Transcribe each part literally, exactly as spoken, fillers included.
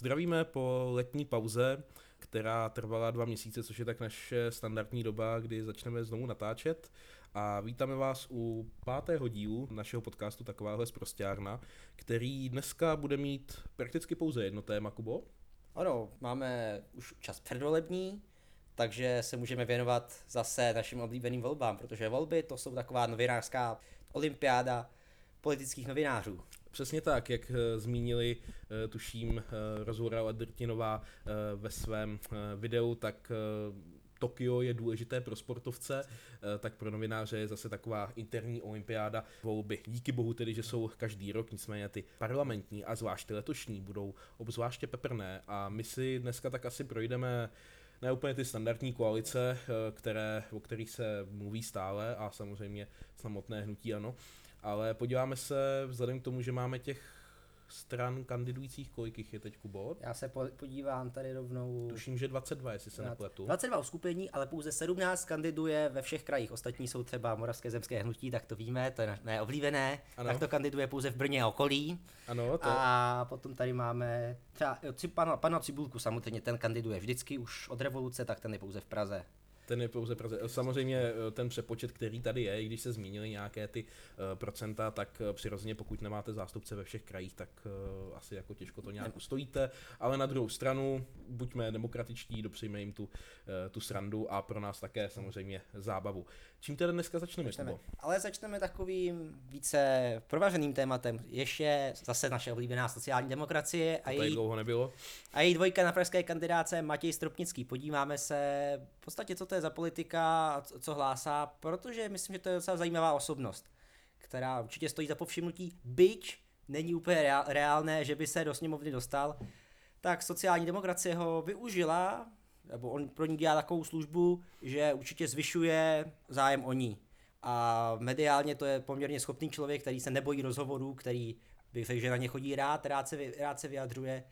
Zdravíme po letní pauze, která trvala dva měsíce, což je tak naše standardní doba, kdy začneme znovu natáčet. A vítáme vás u pátého dílu našeho podcastu Takováhle sprosťárna, který dneska bude mít prakticky pouze jedno téma, Kubo. Ano, máme už čas předvolební, takže se můžeme věnovat zase našim oblíbeným volbám, protože volby to jsou taková novinářská olympiáda politických novinářů. Přesně tak, jak zmínili, tuším, Rozvora Ledrtinová ve svém videu, tak Tokio je důležité pro sportovce, tak pro novináře je zase taková interní olympiáda volby. Díky bohu tedy, že jsou každý rok, nicméně ty parlamentní a zvláště letošní budou obzvláště peprné a my si dneska tak asi projdeme ne úplně ty standardní koalice, které, o kterých se mluví stále a samozřejmě samotné hnutí ANO, ale podíváme se vzhledem k tomu, že máme těch stran kandidujících, kolik jich je teď, Kubo? Já se podívám tady rovnou. Tuším, že dvacet dva, jestli se nepletu. dvacet dva uskupení, ale pouze sedmnáct kandiduje ve všech krajích. Ostatní jsou třeba Moravské zemské hnutí, tak to víme, to je neoblíbené. Ano. Tak to kandiduje pouze v Brně a okolí. Ano, to... A potom tady máme třeba pana, pana Cibulku, samozřejmě ten kandiduje vždycky už od revoluce, tak ten je pouze v Praze. Ten je pouze Praze. Samozřejmě ten přepočet, který tady je, i když se zmínily nějaké ty uh, procenta, tak uh, přirozeně pokud nemáte zástupce ve všech krajích, tak uh, asi jako těžko to nějak ustojíte, ale na druhou stranu buďme demokratičtí, dopřejme jim tu, uh, tu srandu a pro nás také samozřejmě zábavu. Čím tedy dneska začneme? začneme. Ale začneme takovým více provařeným tématem, ještě zase naše oblíbená sociální demokracie a její, dlouho nebylo. a její dvojka na pražské kandidáce Matěj Stropnický. Podíváme se v podstatě, co to je za politika a co hlásá, protože myslím, že to je docela zajímavá osobnost, která určitě stojí za povšimnutí, byť není úplně reálné, že by se do sněmovny dostal, tak sociální demokracie ho využila, nebo on pro ní dělá takovou službu, že určitě zvyšuje zájem o ní. A mediálně to je poměrně schopný člověk, který se nebojí rozhovorů, který bych řekl, že na ně chodí rád, rád se, rád se vyjadřuje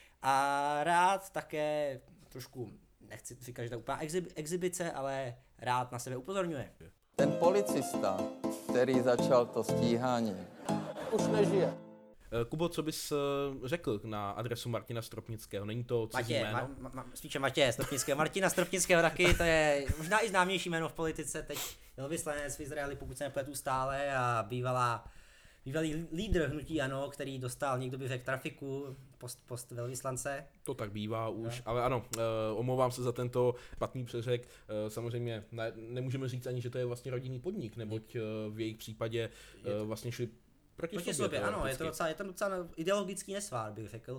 a rád také trošku, nechci říkat, že to je úplná exibice, ale rád na sebe upozorňuje. Ten policista, který začal to stíhání, už nežije. Kubo, co bys řekl na adresu Martina Stropnického? Není to cizí Matě, jméno? ma, ma, spíše Matěje Stropnického. Martina Stropnického taky, to je možná i známější jméno v politice. Teď velvyslanec v Izraeli, pokud se nepletu stále, a bývalá, bývalý lídr hnutí ANO, který dostal, někdo by řekl, trafiku, post, post velvyslance. To tak bývá už, no. Ale ano, omlouvám se za tento špatný přeřek. Samozřejmě ne, nemůžeme říct ani, že to je vlastně rodinný podnik, neboť v jejich případě to... vlastně šli proti, proti sobě. sobě ano, je to docela, je tam docela ideologický nesvár, bych řekl.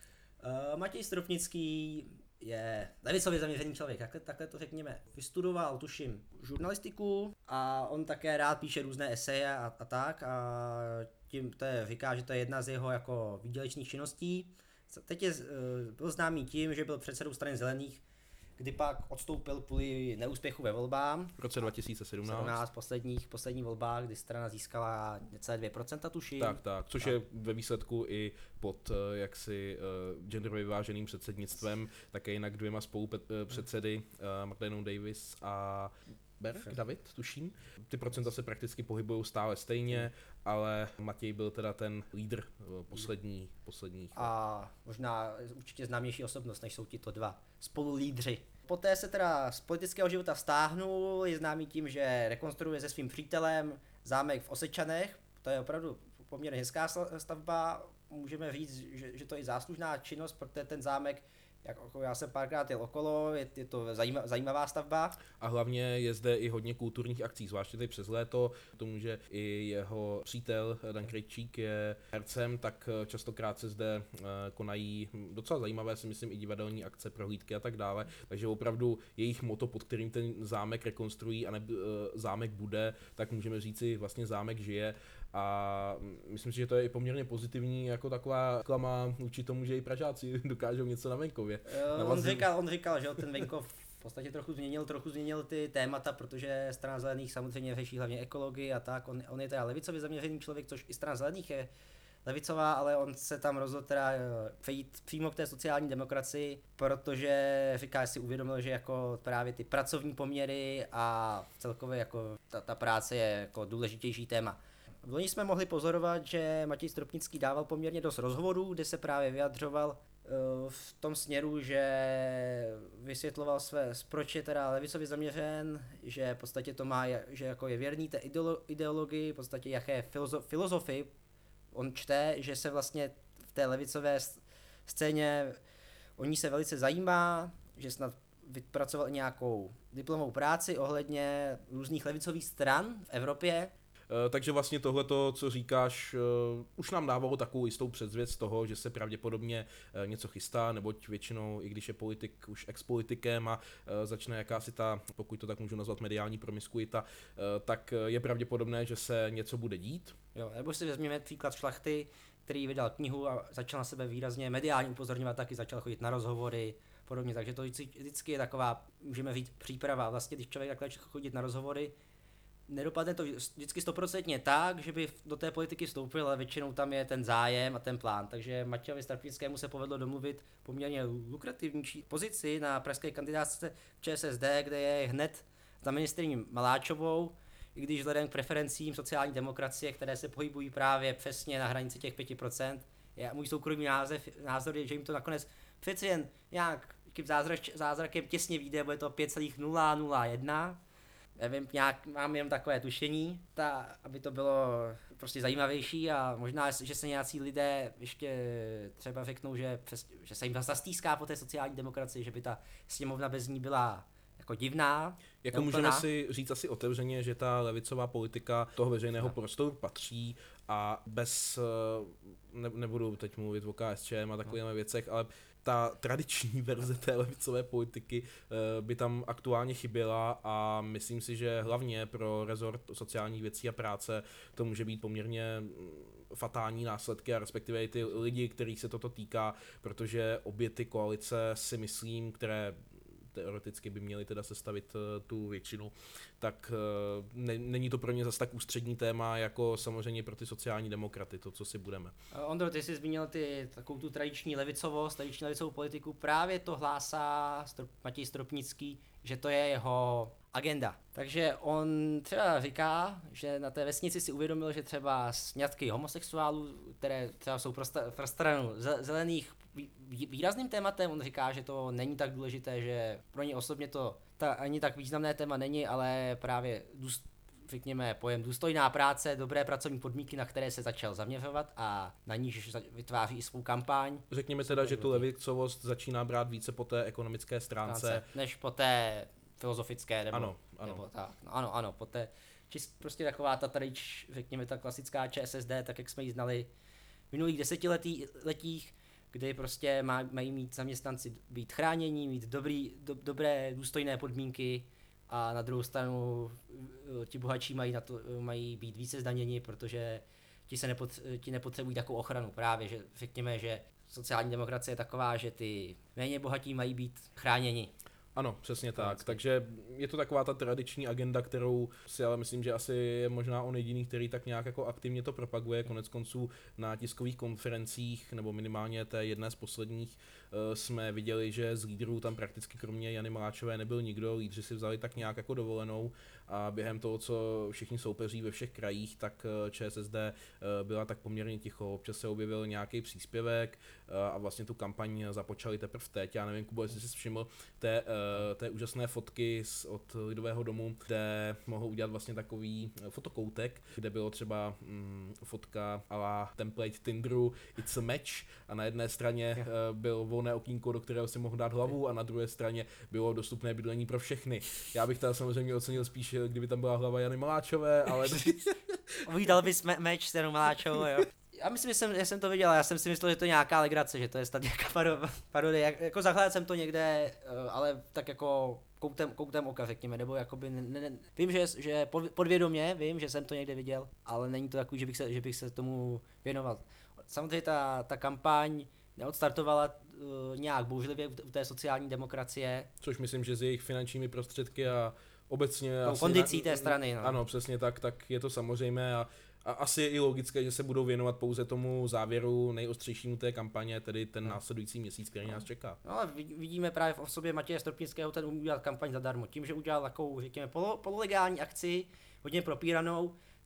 Uh, Matěj Stropnický je levicově zaměřený člověk, takhle, takhle to řekněme. Vystudoval, tuším, žurnalistiku a on také rád píše různé eseje a, a tak a tím to je, říká, že to je jedna z jeho jako výdělečných činností. Teď je, uh, byl známý tím, že byl předsedou strany zelených, kdy pak odstoupil kvůli neúspěchu ve volbách. V roce dva tisíce sedmnáct. sedmnáct posledních, posledních volbách, kdy strana získala necelé dvě procenta tuším. Tak, tak, což tak. Je ve výsledku i pod jaksi uh, genderově vyváženým předsednictvem, také jinak dvěma spolupředsedy, uh, Marlenou Davis a Berg, David, tuším. Ty procenta se prakticky pohybují stále stejně, ale Matěj byl teda ten lídr uh, poslední, posledních. A možná určitě známější osobnost, než jsou tito dva spolulídři. Poté se teda z politického života stáhnul, je známý tím, že rekonstruuje se svým přítelem zámek v Osečanech. To je opravdu poměrně hezká stavba, můžeme říct, že, že to je záslužná činnost, protože ten zámek, jako já jsem párkrát jel okolo, je, je to zajímavá, zajímavá stavba. A hlavně je zde i hodně kulturních akcí, zvláště tady přes léto, tomu, že i jeho přítel Dan Krejčík je hercem, tak častokrát se zde konají docela zajímavé, si myslím, i divadelní akce, prohlídky a tak dále, takže opravdu jejich motto, pod kterým ten zámek rekonstruují a ne, zámek bude, tak můžeme říci, vlastně zámek žije a myslím si, že to je i poměrně pozitivní jako taková reklama vůči tomu, že i Pražáci dokážou něco na venkově. Uh, on, říkal, on říkal, že ten venkov v podstatě trochu změnil, trochu změnil ty témata, protože strana zelených samozřejmě řeší hlavně ekologii a tak. On, on je teda levicově zaměřený člověk, což i strana zelených je levicová, ale on se tam rozhodl teda přejít přímo k té sociální demokracii, protože říká, že si uvědomil, že jako právě ty pracovní poměry a celkově jako ta, ta práce je jako důležitější téma. V loni jsme mohli pozorovat, že Matěj Stropnický dával poměrně dost rozhovorů, kde se právě vyjadřoval v tom směru, že vysvětloval své, proč je teda levicově zaměřen, že v podstatě to má, že jako je věrný té ideolo- ideologii, v podstatě jaké filozo- filozofii on čte, že se vlastně v té levicové scéně o ní se velice zajímá, že snad vypracoval nějakou diplomovou práci ohledně různých levicových stran v Evropě. Takže vlastně tohleto, co říkáš, už nám dávalo takovou jistou předzvěst toho, že se pravděpodobně něco chystá, neboť většinou, i když je politik už ex-politikem a začne jakási ta, pokud to tak můžu nazvat, mediální promiskuita, tak je pravděpodobné, že se něco bude dít. Jo, nebo si vezměme příklad Šlachty, který vydal knihu a začal na sebe výrazně mediálně upozorňovat, taky začal chodit na rozhovory, podobně, takže to vždycky je taková, můžeme říct, příprava. Vlastně, když člověk takhle chodit na rozhovory, nedopadne to vždycky stoprocentně tak, že by do té politiky vstoupil, ale většinou tam je ten zájem a ten plán. Takže Matějovi Stropnickému se povedlo domluvit poměrně lukrativní pozici na pražské kandidátce ČSSD, kde je hned za ministryní Maláčovou, i když vzhledem k preferencím sociální demokracie, které se pohybují právě přesně na hranici těch pět procent, je můj soukromý názor, názor je, že jim to nakonec přeci jen nějak zázrak, zázrakem těsně vyjde, bude to pět celá nula nula jedna. Nevím, nějak mám jenom takové tušení, ta, aby to bylo prostě zajímavější a možná, že se nějací lidé ještě třeba řeknou, že, přes, že se jim zastýská po té sociální demokracii, že by ta sněmovna bez ní byla jako divná. Jako můžeme si říct asi otevřeně, že ta levicová politika toho veřejného no. prostoru patří a bez, ne, nebudu teď mluvit o K S Č M a takových no. věcech, ale ta tradiční verze té levicové politiky by tam aktuálně chyběla a myslím si, že hlavně pro rezort sociálních věcí a práce to může být poměrně fatální následky a respektive i ty lidi, kterých se toto týká, protože obě ty koalice si myslím, které teoreticky by měli teda sestavit uh, tu většinu, tak uh, ne, není to pro ně zase tak ústřední téma, jako samozřejmě pro ty sociální demokraty, to, co si budeme. Ondro, ty jsi zmínil ty, takovou tu tradiční levicovost, tradiční levicovou politiku, právě to hlásá Strop, Matěj Stropnický, že to je jeho agenda. Takže on třeba říká, že na té vesnici si uvědomil, že třeba sňatky homosexuálů, které třeba jsou pro stranu zelených výrazným tématem, on říká, že to není tak důležité, že pro ně osobně to ta, ani tak významné téma není, ale právě důst, řekněme pojem důstojná práce, dobré pracovní podmínky, na které se začal zaměřovat a na níž vytváří i svou kampaň. Řekněme teda, že tu levicovost začíná brát více po té ekonomické stránce, než po té filozofické, nebo, ano, ano. nebo tak, no, ano, ano, po té, čist, prostě taková ta tady, řekněme ta klasická ČSSD, tak jak jsme ji znali v minulých desetiletích, kdy prostě má, mají mít zaměstnanci být chránění, mít dobrý, do, dobré, důstojné podmínky a na druhou stranu ti bohatší mají, na to, mají být více zdaněni, protože ti, se nepot, ti nepotřebují takovou ochranu. Právě, že řekněme, že sociální demokracie je taková, že ty méně bohatí mají být chráněni. Ano, přesně tak. Takže je to taková ta tradiční agenda, kterou si ale myslím, že asi je možná on jediný, který tak nějak jako aktivně to propaguje. Konec konců na tiskových konferencích, nebo minimálně té jedné z posledních, jsme viděli, že z lídrů tam prakticky kromě Jany Maláčové nebyl nikdo. Lídři si vzali tak nějak jako dovolenou a během toho, co všichni soupeří ve všech krajích, tak ČSSD byla tak poměrně ticho. Občas se objevil nějaký příspěvek a vlastně tu kampaň započali teprve teď. Já nevím, Kubo, jestli jsi všiml té té úžasné fotky z, od Lidového domu, kde mohou udělat vlastně takový fotokoutek, kde bylo třeba mm, fotka a la template Tinderu It's a Match a na jedné straně uh, bylo volné okýnko, do kterého si mohl dát hlavu a na druhé straně bylo dostupné bydlení pro všechny. Já bych teda samozřejmě ocenil spíš, kdyby tam byla hlava Jany Maláčové, ale... Uvídal bys meč s Janou Maláčovou, jo? Já myslím, že jsem, že jsem to viděl, já jsem si myslel, že to je nějaká legrace, že to je snad nějaká parodie, jak, jako zahlédl jsem to někde, ale tak jako koutem, koutem oka, řekněme, nebo jakoby, ne, ne, vím, že, že podvědomě, vím, že jsem to někde viděl, ale není to takový, že bych se, že bych se tomu věnoval. Samozřejmě ta, ta kampaň neodstartovala uh, nějak bouřlivě u té sociální demokracie. Což myslím, že s jejich finančními prostředky a obecně... Kondicí na, té strany, no. Ano, přesně tak, tak je to samozřejmé a A asi je i logické, že se budou věnovat pouze tomu závěru nejostřejšímu té kampaně, tedy ten no. následující měsíc, který nás čeká. No ale vidíme právě v osobě Matěje Stropnického, ten umí udělat kampaň zadarmo. Tím, že udělal takovou, řekněme, polo, pololegální akci, hodně propíranou,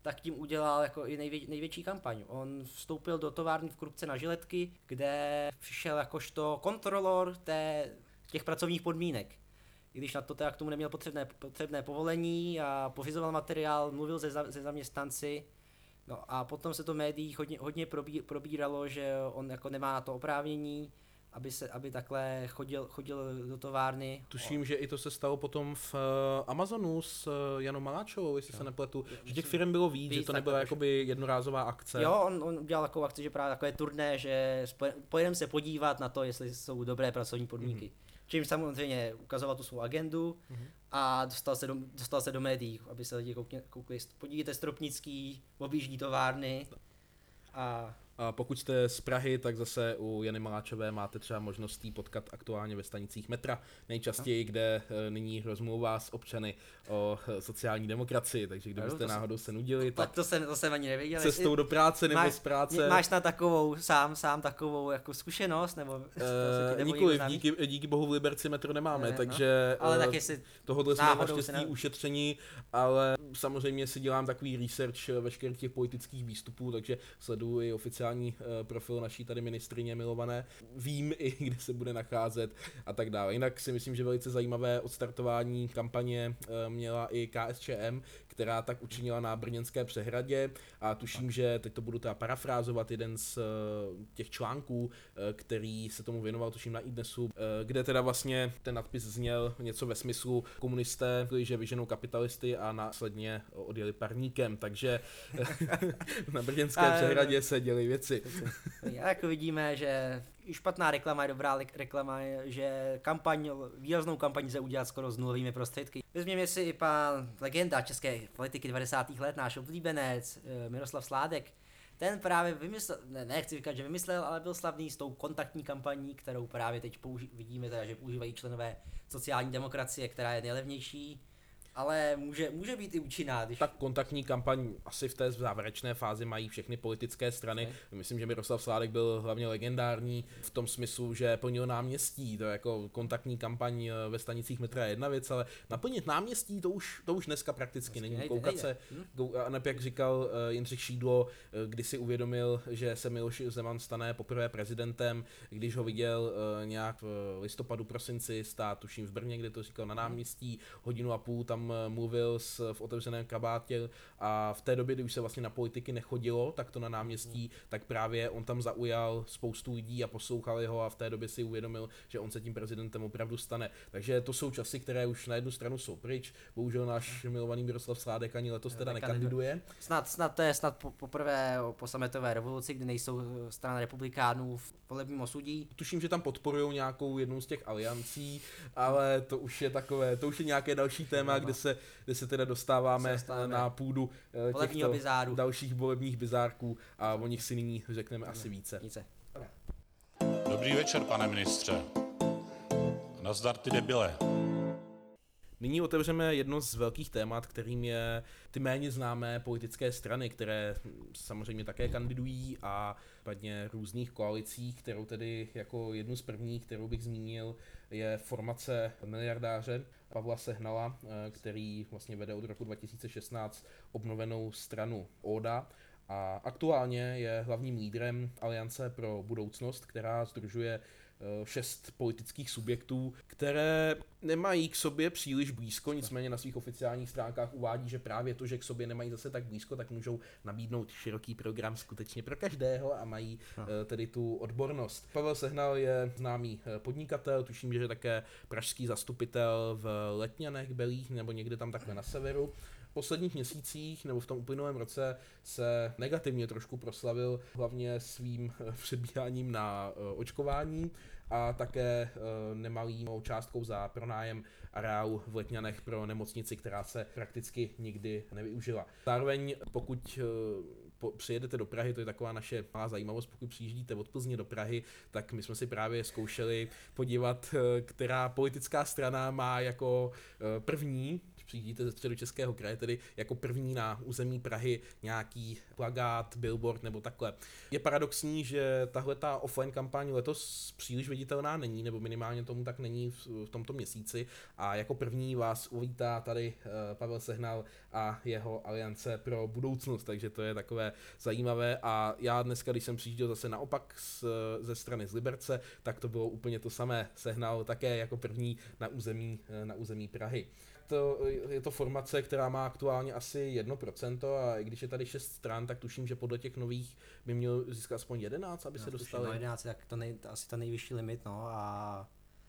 tak tím udělal jako i nejvě, největší kampaň. On vstoupil do továrny v Krupce na Žiletky, kde přišel jakožto kontrolor té, těch pracovních podmínek. I když na to teda k tomu neměl potřebné, potřebné povolení a pořizoval materiál, mluvil se, se zaměstnanci. No a potom se to v médiích hodně, hodně probí, probíralo, že on jako nemá na to oprávnění, aby, se, aby takhle chodil, chodil do továrny. Tuším, že i to se stalo potom v uh, Amazonu s uh, Janou Maláčovou, jestli jo. se nepletu, jo, že těch firm bylo víc, víc že to nebyla jakoby jednorázová akce. Jo, on, on udělal takovou akci, že právě takové turné, že pojedeme se podívat na to, jestli jsou dobré pracovní podmínky. Mm-hmm. Čím samozřejmě ukazoval tu svou agendu mm-hmm. a dostal se, do, dostal se do médií, aby se lidi koukli, koukli, podívejte Stropnický, objíždí továrny a... A pokud jste z Prahy, tak zase u Jany Maláčové máte třeba možnost jí potkat aktuálně ve stanicích metra, nejčastěji, kde nyní rozmlouvá s občany o sociální demokracii, takže kdybyste náhodou se nudili, tak to jsem, to jsem ani nevěděl. Cestou do práce nebo máš, z práce. Máš na takovou sám, sám takovou jako zkušenost? Nebo e, nikoliv, díky, díky bohu v Liberci metro nemáme, ne, takže no. Ale tak jestli tohohle jsme naštěstí ne... ušetření, ale samozřejmě si dělám takový research veškerých těch politických výstupů, takže sleduji i oficiální profil naší tady ministryně milované, vím i, kde se bude nacházet a tak dále. Jinak si myslím, že velice zajímavé odstartování kampaně měla i K S Č M, která tak učinila na Brněnské přehradě a tuším, že teď to budu teda parafrázovat jeden z těch článků, který se tomu věnoval, tuším na iDnesu, kde teda vlastně ten nadpis zněl něco ve smyslu komunisté, že vyženou kapitalisty a následně odjeli parníkem, takže na Brněnské přehradě se děly věci. Jak jako vidíme, že špatná reklama je dobrá reklama, že kampaň, výraznou kampaň se udělat skoro s nulovými prostředky. Vezměme si i pan legenda české politiky devadesátých let, náš oblíbenec Miroslav Sládek. Ten právě vymyslel, ne, nechci říkat, že vymyslel, ale byl slavný s tou kontaktní kampaní, kterou právě teď použi- vidíme, teda, že používají členové sociální demokracie, která je nejlevnější. Ale může, může být i účinná. Když... Tak kontaktní kampaň asi v té závěrečné fázi mají všechny politické strany. Okay. Myslím, že Miroslav Sládek byl hlavně legendární v tom smyslu, že plnil náměstí. To je jako kontaktní kampaň ve stanicích metra je jedna věc, ale naplnit náměstí to už, to už dneska prakticky Vždycky není. Nejde, Koukat nejde. se, kou, a jak říkal uh, Jindřich Šídlo, uh, když si uvědomil, že se Miloš Zeman stane poprvé prezidentem, když ho viděl uh, nějak v listopadu, prosinci stát, tuším v Brně, kde to říkal na náměstí, hodinu a půl tam mluvil s, v otevřeném kabátě a v té době, kdy už se vlastně na politiky nechodilo, tak to na náměstí, tak právě on tam zaujal spoustu lidí a poslouchali ho a v té době si uvědomil, že on se tím prezidentem opravdu stane. Takže to jsou časy, které už na jednu stranu jsou pryč. Bohužel náš milovaný Miroslav Sládek ani letos teda nekandiduje. Snad, snad to je snad poprvé po sametové revoluci, kdy nejsou strana republikánů v volebním osudí. Tuším, že tam podporují nějakou jednu z těch aliancí, ale to už je takové, to už je nějaké další téma, kde se, kde se teda dostáváme se na půdu těchto bizáru. dalších volebních bizárků a o nich si nyní řekneme no, asi více. více. Dobrý večer, pane ministře. Nazdar ty debile. Nyní otevřeme jedno z velkých témat, kterým je ty méně známé politické strany, které samozřejmě také kandidují a padně různých koalicích, kterou tedy jako jednu z prvních, kterou bych zmínil, je formace miliardáře Pavla Sehnala, který vlastně vede od roku dva tisíce šestnáct obnovenou stranu Óda. A aktuálně je hlavním lídrem Aliance pro budoucnost, která sdružuje šest politických subjektů, které nemají k sobě příliš blízko, nicméně na svých oficiálních stránkách uvádí, že právě to, že k sobě nemají zase tak blízko, tak můžou nabídnout široký program skutečně pro každého a mají no. tedy tu odbornost. Pavel Sehnal je známý podnikatel, tuším, že je také pražský zastupitel v Letňanech, Belích nebo někde tam takhle na severu. V posledních měsících nebo v tom uplynulém roce se negativně trošku proslavil hlavně svým předbíháním na očkování a také nemalou částkou za pronájem areálu v Letňanech pro nemocnici, která se prakticky nikdy nevyužila. Zároveň pokud po, přijedete do Prahy, to je taková naše malá zajímavost, pokud přijíždíte od Plzně do Prahy, tak my jsme si právě zkoušeli podívat, která politická strana má jako první přijíždíte ze Středočeského kraje, tedy jako první na území Prahy nějaký plakát, billboard nebo takhle. Je paradoxní, že tahle ta offline kampaň letos příliš viditelná není, nebo minimálně tomu tak není v, v tomto měsíci a jako první vás uvítá tady uh, Pavel Sehnal a jeho Aliance pro budoucnost, takže to je takové zajímavé a já dneska, když jsem přijížděl zase naopak z, ze strany z Liberce, tak to bylo úplně to samé. Sehnal také jako první na území, na území Prahy. To, je to formace, která má aktuálně asi jedno procento a i když je tady šest stran, tak tuším, že podle těch nových by měl získat aspoň jedenáct, aby no, se dostali. No jedenáct, tak to, nej, to asi to nejvyšší limit, no a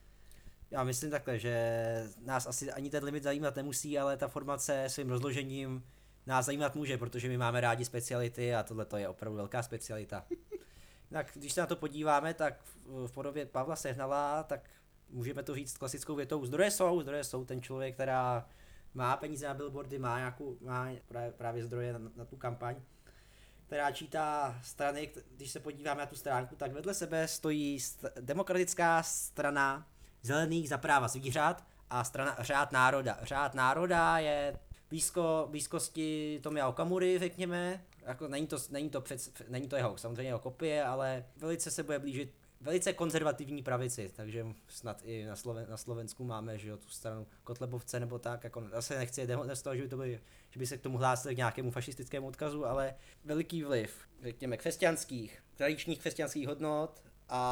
já myslím takhle, že nás asi ani ten limit zajímat nemusí, ale ta formace svým rozložením nás zajímat může, protože my máme rádi speciality a tohle to je opravdu velká specialita. Tak když se na to podíváme, tak v podobě Pavla Sehnala, tak můžeme to říct klasickou větou, zdroje jsou, zdroje jsou, ten člověk, která má peníze na billboardy, má, nějakou, má právě, právě zdroje na, na tu kampaň, která čítá strany, když se podíváme na tu stránku, tak vedle sebe stojí st- demokratická strana Zelených za práva zvířat a strana Řád národa. Řád národa je blízko, blízkosti Tomia Okamury, řekněme, jako není to, není to, před, není to jeho, samozřejmě jeho kopie, ale velice se bude blížit velice konzervativní pravici, takže snad i na, Sloven, na Slovensku máme, že jo, tu stranu Kotlebovce nebo tak, jako zase nechci z toho, že by, to byly, že by se k tomu hlásili k nějakému fašistickému odkazu, ale veliký vliv, řekněme, křesťanských, tradičních křesťanských hodnot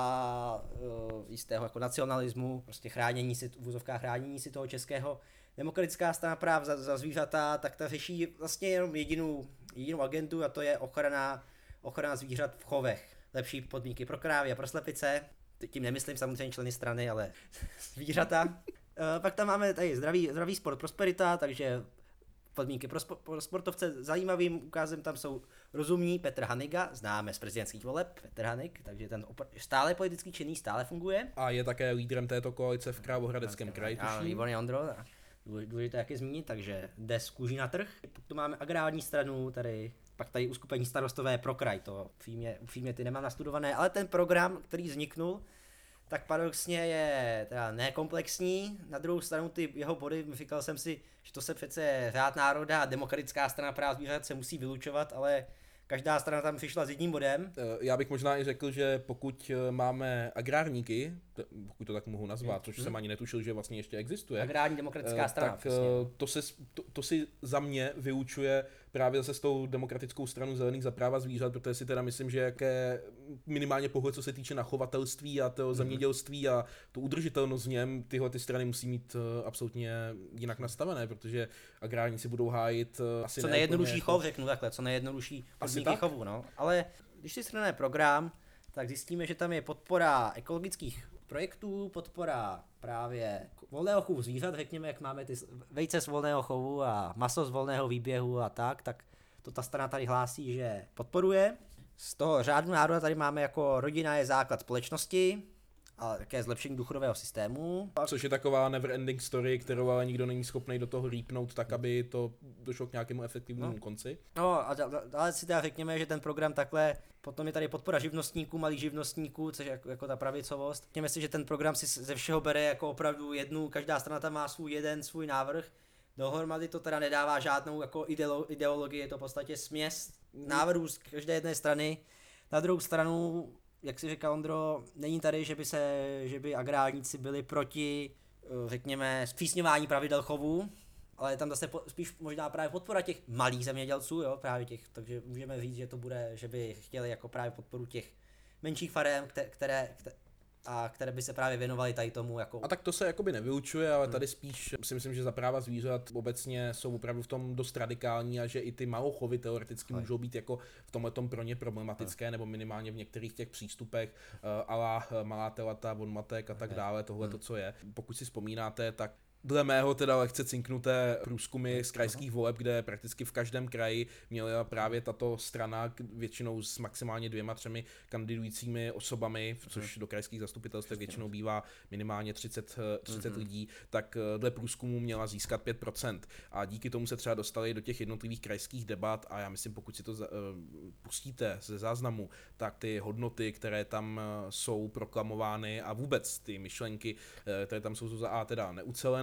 a uh, jistého jako nacionalismu, prostě chránění si, v úzovkách chránění si toho českého. Demokratická strana práv za, za zvířata, tak ta řeší vlastně jenom jedinou, jedinou agendu a to je ochrana, ochrana zvířat v chovech. Lepší podmínky pro krávy a pro slepice, tím nemyslím samozřejmě členy strany, ale zvířata. E, pak tam máme tady zdravý, zdravý sport, prosperita, takže podmínky pro, spo, pro sportovce. Zajímavým ukázem tam jsou rozumní Petr Haniga, známe z prezidentských voleb, Petr Hanig, takže ten opr- stále politický činný, stále funguje. A je také lídrem této koalice v Královéhradeckém kraji, tuším. Výborně, Ondro. Důležité jak je zmínit, takže jde z kůží na trh. Pak tu máme agrární stranu, tady pak tady uskupení Starostové pro kraj, to upřímně, upřímně ty nemám nastudované, ale ten program, který vzniknul, tak paradoxně je teda nekomplexní, na druhou stranu ty jeho body, říkal jsem si, že to se přece Řád národa a demokratická strana práv zvířat se musí vylučovat, ale každá strana tam přišla s jedním bodem. Já bych možná i řekl, že pokud máme agrárníky, pokud to tak mohu nazvat, což jsem ani netušil, že vlastně ještě existuje. Agrární demokratická strana. Tak to, se, to, to si za mě vyučuje právě zase s tou demokratickou stranou Zelených za práva zvířat, protože si teda myslím, že jaké minimálně pohled, co se týče nachovatelství a toho zemědělství a tu udržitelnost v něm, tyhle ty strany musí mít absolutně jinak nastavené, protože agrárníci budou hájit asi co nejjednodušší jako... chov, řeknu takhle, co nejjednodušší podmínky chovu, no. Ale když si shrneme program, tak zjistíme, že tam je podpora ekologických projektů, podpora právě volného chovu zvířat, řekněme, jak máme ty vejce z volného chovu a maso z volného výběhu a tak, tak to ta strana tady hlásí, že podporuje. Z toho řádu národa tady máme jako rodina je základ společnosti a také zlepšení důchodového systému. Což je taková never ending story, kterou ale nikdo není schopný do toho rýpnout tak, aby to došlo k nějakému efektivnímu no. konci. No a dále si teda řekněme, že ten program takhle, potom je tady podpora živnostníků, malých živnostníků, což je jako, jako ta pravicovost. Řekněme si, že ten program si ze všeho bere jako opravdu jednu, každá strana tam má svůj jeden, svůj návrh. Dohromady to teda nedává žádnou jako ideologii, je to v podstatě směs návrhů z každé jedné strany. Na druhou stranu, jak si říkal Ondro, není tady, že by se, že by agrárníci byli proti, řekněme, zpřísňování pravidel chovu, ale je tam zase po, spíš možná právě podpora těch malých zemědělců, jo, právě těch, takže můžeme říct, že to bude, že by chtěli jako právě podporu těch menších farem, které, které, které a které by se právě věnovaly tady tomu jako... A tak to se jakoby nevylučuje, ale tady spíš si myslím, že za práva zvířat obecně jsou opravdu v tom dost radikální a že i ty malochovy teoreticky můžou být jako v tomhletom pro ně problematické, nebo minimálně v některých těch přístupech uh, ala malá telata, vonmatek a tak dále, tohle to, co je. Pokud si vzpomínáte, tak dle mého teda lehce cinknuté průzkumy z krajských voleb, kde prakticky v každém kraji měla právě tato strana většinou s maximálně dvěma, třemi kandidujícími osobami, což do krajských zastupitelstv většinou bývá minimálně třicet, třicet lidí, tak dle průzkumu měla získat pět procent. A díky tomu se třeba dostali do těch jednotlivých krajských debat a já myslím, pokud si to uh, pustíte ze záznamu, tak ty hodnoty, které tam jsou proklamovány a vůbec ty myšlenky, které tam jsou za A teda neucelené,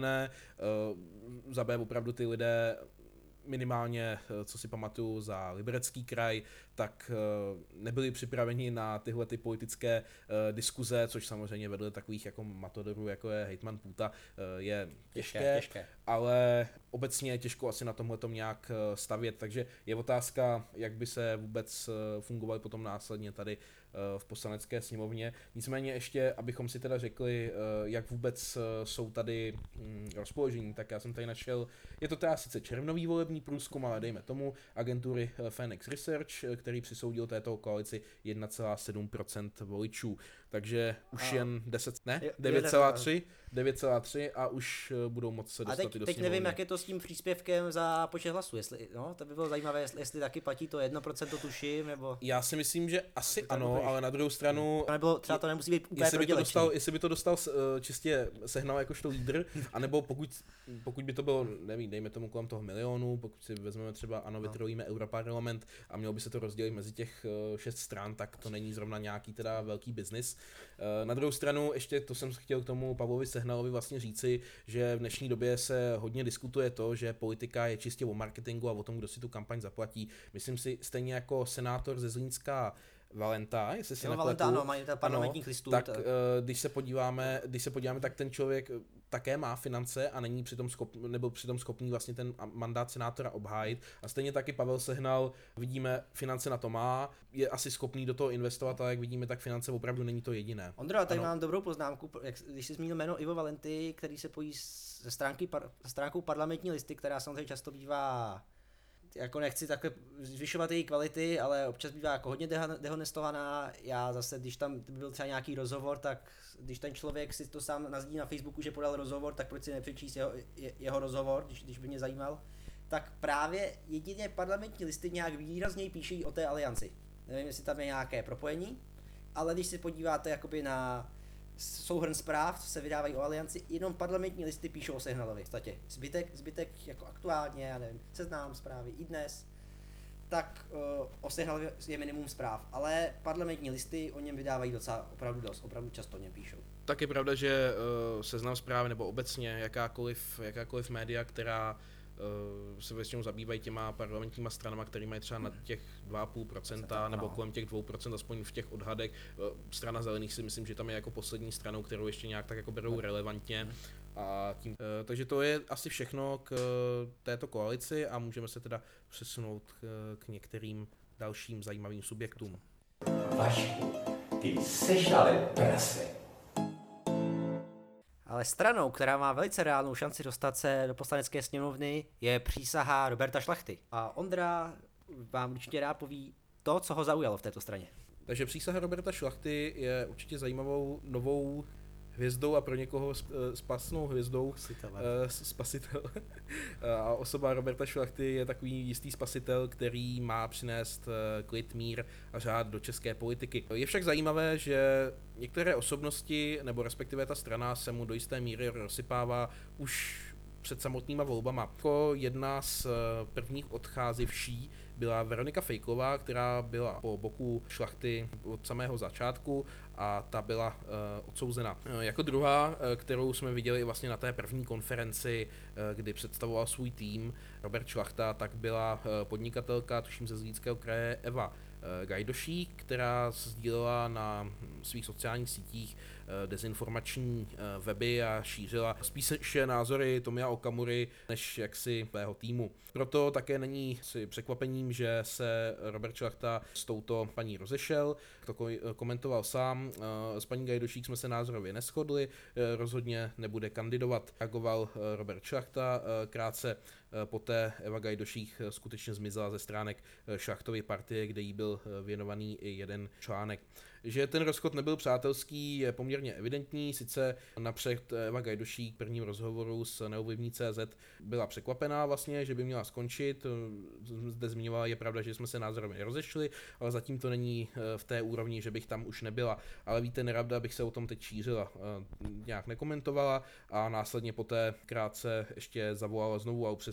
zkušené, za B opravdu ty lidé minimálně, co si pamatuju za Liberecký kraj, tak nebyli připraveni na tyhle ty politické diskuze, což samozřejmě vedle takových jako matadorů, jako je hejtman Půta, je těžké, těžké, těžké. Ale obecně těžko asi na tomhletom nějak stavět, takže je otázka, jak by se vůbec fungovaly potom následně tady v poslanecké sněmovně. Nicméně ještě, abychom si teda řekli, jak vůbec jsou tady rozpoložení, tak já jsem tady našel, je to teda sice červnový volební průzkum, ale dejme tomu agentury Phoenix Research, který přisoudil této koalici jedna celá sedm procenta voličů. Takže už a jen deset, ne, devět celá tři devět celá tři a už budou moct se dostat a teď, i do teď sněmovny. nevím, jak je to s tím příspěvkem za počet hlasů, jestli, no, to by bylo zajímavé, jestli, jestli taky platí to jedno procento tuším, nebo... Já si myslím, že asi ano, budeš... ale na druhou stranu... To nebylo, třeba to nemusí být úplně jestli by to dostal, jestli by to dostal uh, čistě sehnal jakožto lídr, anebo pokud, pokud by to bylo, nevím, dejme tomu kolem toho milionu, pokud si vezmeme třeba, ano, vytrojíme no. Europarlament a mělo by se to rozdělit mezi těch uh, šest stran, tak to není zrovna nějaký teda velký biznis. Uh, na druhou stranu, ještě to jsem chtěl k tomu Pavlovi Sehnalovi vlastně říci, že v dnešní době se hodně diskutuje to, že politika je čistě o marketingu a o tom, kdo si tu kampaň zaplatí. Myslím si, stejně jako senátor ze Zlínska Valenta, jestli se nepletu. Valenta, ano, mají parlamentních ano, listů. Tak, tak. Když se podíváme, když se podíváme, tak ten člověk také má finance a není přitom schopný, nebo přitom schopný vlastně ten mandát senátora obhájit. A stejně taky Pavel Sehnal, vidíme, finance na to má, je asi schopný do toho investovat, ale jak vidíme, tak finance opravdu není to jediné. Ondro, tady ano. Mám dobrou poznámku, jak, když jsi zmínil jméno Ivo Valenty, který se pojí ze stránky, ze stránkou parlamentní listy, která samozřejmě často bývá, jako nechci takhle zvyšovat její kvality, ale občas bývá jako hodně dehonestovaná. Já zase, když tam byl třeba nějaký rozhovor, tak když ten člověk si to sám nazdí na Facebooku, že podal rozhovor, tak proč si nepřečíst jeho, je, jeho rozhovor, když, když by mě zajímal. Tak právě jedině parlamentní listy nějak výrazněji píší o té alianci. Nevím, jestli tam je nějaké propojení, ale když se podíváte jakoby na souhrn zpráv, co se vydávají o alianci, jenom parlamentní listy píšou o Sehnalovi. Statě. Zbytek, zbytek jako aktuálně, já nevím, Seznam zprávy i dnes, tak uh, o Sehnalovi je minimum zpráv, ale parlamentní listy o něm vydávají docela opravdu dost, opravdu často o něm píšou. Tak je pravda, že uh, Seznam zprávy nebo obecně jakákoliv, jakákoliv média, která uh, se většinou zabývají těma parlamentníma stranama, které mají třeba na těch dva celá pět procenta nebo kolem těch dvě procenta, aspoň v těch odhadech. Uh, strana zelených si myslím, že tam je jako poslední stranou, kterou ještě nějak tak jako berou relevantně. A tím, uh, takže to je asi všechno k uh, této koalici a můžeme se teda přesunout k, k některým dalším zajímavým subjektům. Vašku, ty seš ale prase. Ale stranou, která má velice reálnou šanci dostat se do poslanecké sněmovny, je přísaha Roberta Šlachty. A Ondra vám určitě rád poví to, co ho zaujalo v této straně. Takže přísaha Roberta Šlachty je určitě zajímavou novou hvězdou a pro někoho spasnou hvězdou. Spasitel. spasitel. A osoba Roberta Šlachty je takový jistý spasitel, který má přinést klid, mír a řád do české politiky. Je však zajímavé, že některé osobnosti, nebo respektive ta strana se mu do jisté míry rozsypává už před samotnýma volbama. Jako jedna z prvních odcházivší byla Veronika Fejková, která byla po boku Šlachty od samého začátku a ta byla uh, odsouzena. Uh, jako druhá, uh, kterou jsme viděli vlastně na té první konferenci, uh, kdy představoval svůj tým Robert Šlachta, tak byla uh, podnikatelka, tuším ze Zlínského kraje, Eva Gajdošík, která sdílela na svých sociálních sítích dezinformační weby a šířila spíše názory Tomia Okamury než jaksi svého týmu. Proto také není si překvapením, že se Robert Šlachta s touto paní rozešel. To komentoval sám. S paní Gajdošík jsme se názorově neshodli, rozhodně nebude kandidovat. Reagoval Robert Šlachta. Krátce poté Eva Gajdošík skutečně zmizela ze stránek Šlachtovy partie, kde jí byl věnovaný i jeden článek. Že ten rozchod nebyl přátelský, je poměrně evidentní, sice napřed Eva Gajdošík v prvním rozhovoru s neovlivní tečka cé zet byla překvapená vlastně, že by měla skončit, zde zmiňovala, je pravda, že jsme se názorově rozešli, ale zatím to není v té úrovni, že bych tam už nebyla, ale víte, nerada bych se o tom teď šířila, nějak nekomentovala a následně poté krátce ještě zavolala znovu a upřesnila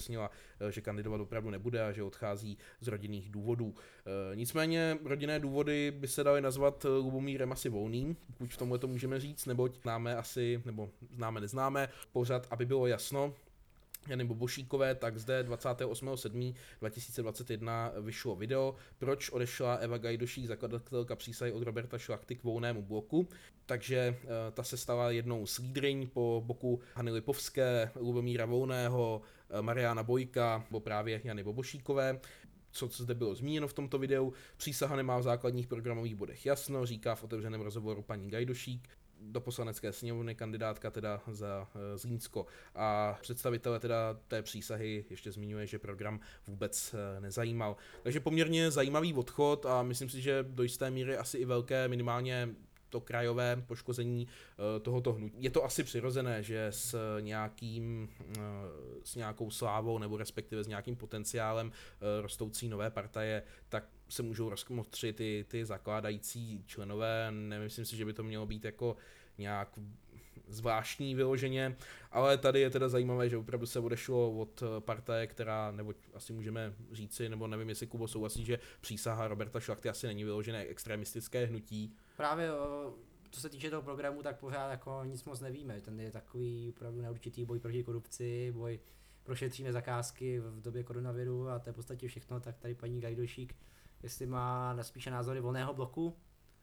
upřesnila, že kandidovat opravdu nebude a že odchází z rodinných důvodů. Nicméně rodinné důvody by se daly nazvat Lubomírem asi volným, pokud v tomhle to můžeme říct, neboť známe asi, nebo známe, neznáme, pořad, aby bylo jasno, Jany Bobošíkové, tak zde dvacátého osmého sedmého dva tisíce dvacet jedna vyšlo video, proč odešla Eva Gajdošík, zakladatelka Přísahy od Roberta Šlachty, k Volnému bloku. Takže ta se stala jednou z lídryň po boku Hany Lipovské, Lubomíra Volného, Mariána Bojka, nebo právě Jany Bobošíkové. Co zde bylo zmíněno v tomto videu, přísaha nemá v základních programových bodech jasno, říká v otevřeném rozhovoru paní Gajdošík, do poslanecké sněmovny kandidátka teda za e, Zlínsko, a představitele teda té přísahy ještě zmiňuje, že program vůbec e, nezajímal. Takže poměrně zajímavý odchod a myslím si, že do jisté míry asi i velké, minimálně to krajové poškození e, tohoto hnutí. Je to asi přirozené, že s nějakým, e, s nějakou slávou nebo respektive s nějakým potenciálem e, rostoucí nové partaje, tak se můžou rozkmotřit ty, ty zakládající členové. Nemyslím si, že by to mělo být jako nějak zvláštní vyloženě, ale tady je teda zajímavé, že opravdu se odešlo od partaje, která, nebo asi můžeme říci, nebo nevím, jestli Kubo souhlasí, že přísaha Roberta Šlachty asi není vyložené extremistické hnutí. Právě co se týče toho programu, tak pořád jako nic moc nevíme. Ten je takový opravdu neurčitý boj proti korupci, boj prošetříme zakázky v době koronaviru a to je v podstatě všechno. Tak tady paní Gajdošík, jestli má spíše názory Volného bloku,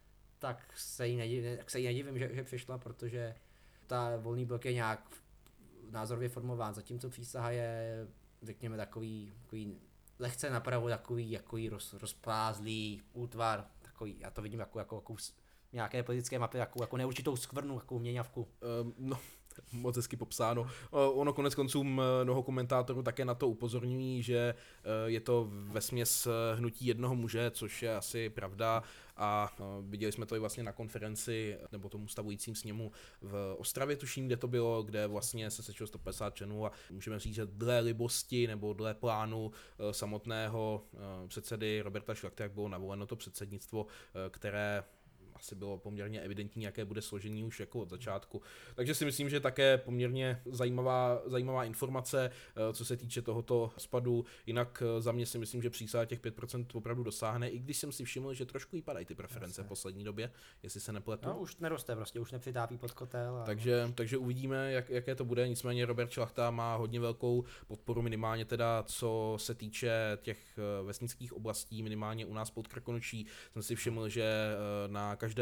tak se jí nedivím, tak se jí nedivím že, že přešla, protože ta Volný blok je nějak názorově formován, zatímco přísaha je, řekněme, takový, takový lehce napravo, takový, takový roz, rozplázlý útvar, takový, já to vidím jako, jako, jako nějaké politické mapy, jako, jako neurčitou skvrnu, jako měňavku. Um, no. Moc hezky popsáno. Ono konec konců mnoho komentátorů také na to upozorňují, že je to vesměs hnutí jednoho muže, což je asi pravda, a viděli jsme to i vlastně na konferenci nebo tomu stavujícím sněmu v Ostravě, tuším, kde to bylo, kde vlastně se sešlo sto padesát členů a můžeme říct, že dle libosti nebo dle plánu samotného předsedy Roberta Šlachty, jak bylo navoleno to předsednictvo, které asi bylo poměrně evidentní, jaké bude složení už jako od začátku. Takže si myslím, že také poměrně zajímavá, zajímavá informace, co se týče tohoto spadu. Jinak za mě si myslím, že přísaha těch pět procent opravdu dosáhne, i když jsem si všiml, že trošku jí padají ty preference v poslední době, jestli se nepletu. No už neroste prostě, už nepřitápí pod kotel. A... Takže, takže uvidíme, jak, jaké to bude. Nicméně Robert Šlachta má hodně velkou podporu, minimálně teda co se týče těch vesnických oblastí, minimálně u nás pod Krkonoší. Jsem si všiml, že na každé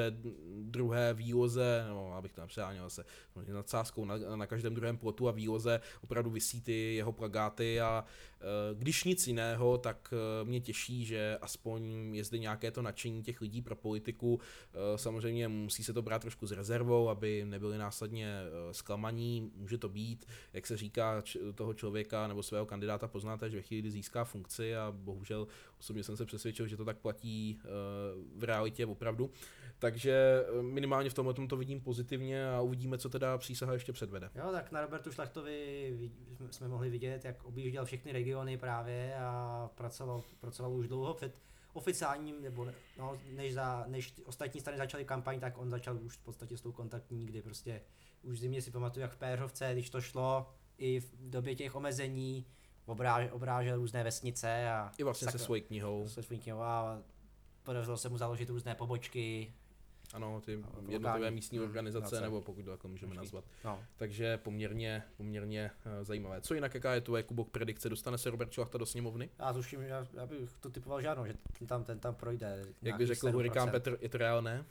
druhé výloze, no abych to nepřeháněl se nadsázkou, na, na každém druhém plotu a výloze opravdu visí ty jeho plakáty a e, když nic jiného, tak e, mě těší, že aspoň je zde nějaké to nadšení těch lidí pro politiku. E, samozřejmě musí se to brát trošku s rezervou, aby nebyli následně e, zklamaní, může to být, jak se říká, č, toho člověka nebo svého kandidáta poznáte až ve chvíli, kdy získá funkci a bohužel osobně jsem se přesvědčil, že to tak platí e, v realitě opravdu. Takže minimálně v tomhle to vidím pozitivně a uvidíme, co teda přísaha ještě předvede. Jo, tak na Robertu Šlachtovi jsme mohli vidět, jak objížděl všechny regiony právě a pracoval, pracoval už dlouho před oficiálním, nebo no, než, za, než ostatní strany začaly kampaň, tak on začal už v podstatě s tou kontaktní, kdy prostě už v zimě si pamatuju, jak v Péřovce, když to šlo, i v době těch omezení, obrážel, obrážel různé vesnice a... I vlastně sakra, se svojí knihou. Se svojí knihou a podařilo se mu založit různé pobočky. Ano, ty jednotlivé místní organizace, hmm, nebo pokud to jako můžeme Počkej. nazvat. No. Takže poměrně, poměrně uh, zajímavé. Co jinak, jaká je tvoje, Kubo, predikce? Dostane se Robert Šlachta do sněmovny? Já tuším, já, já bych to typoval žádnou, že ten tam, ten tam projde. Jak by řekl hurikán Petr, je to reálné?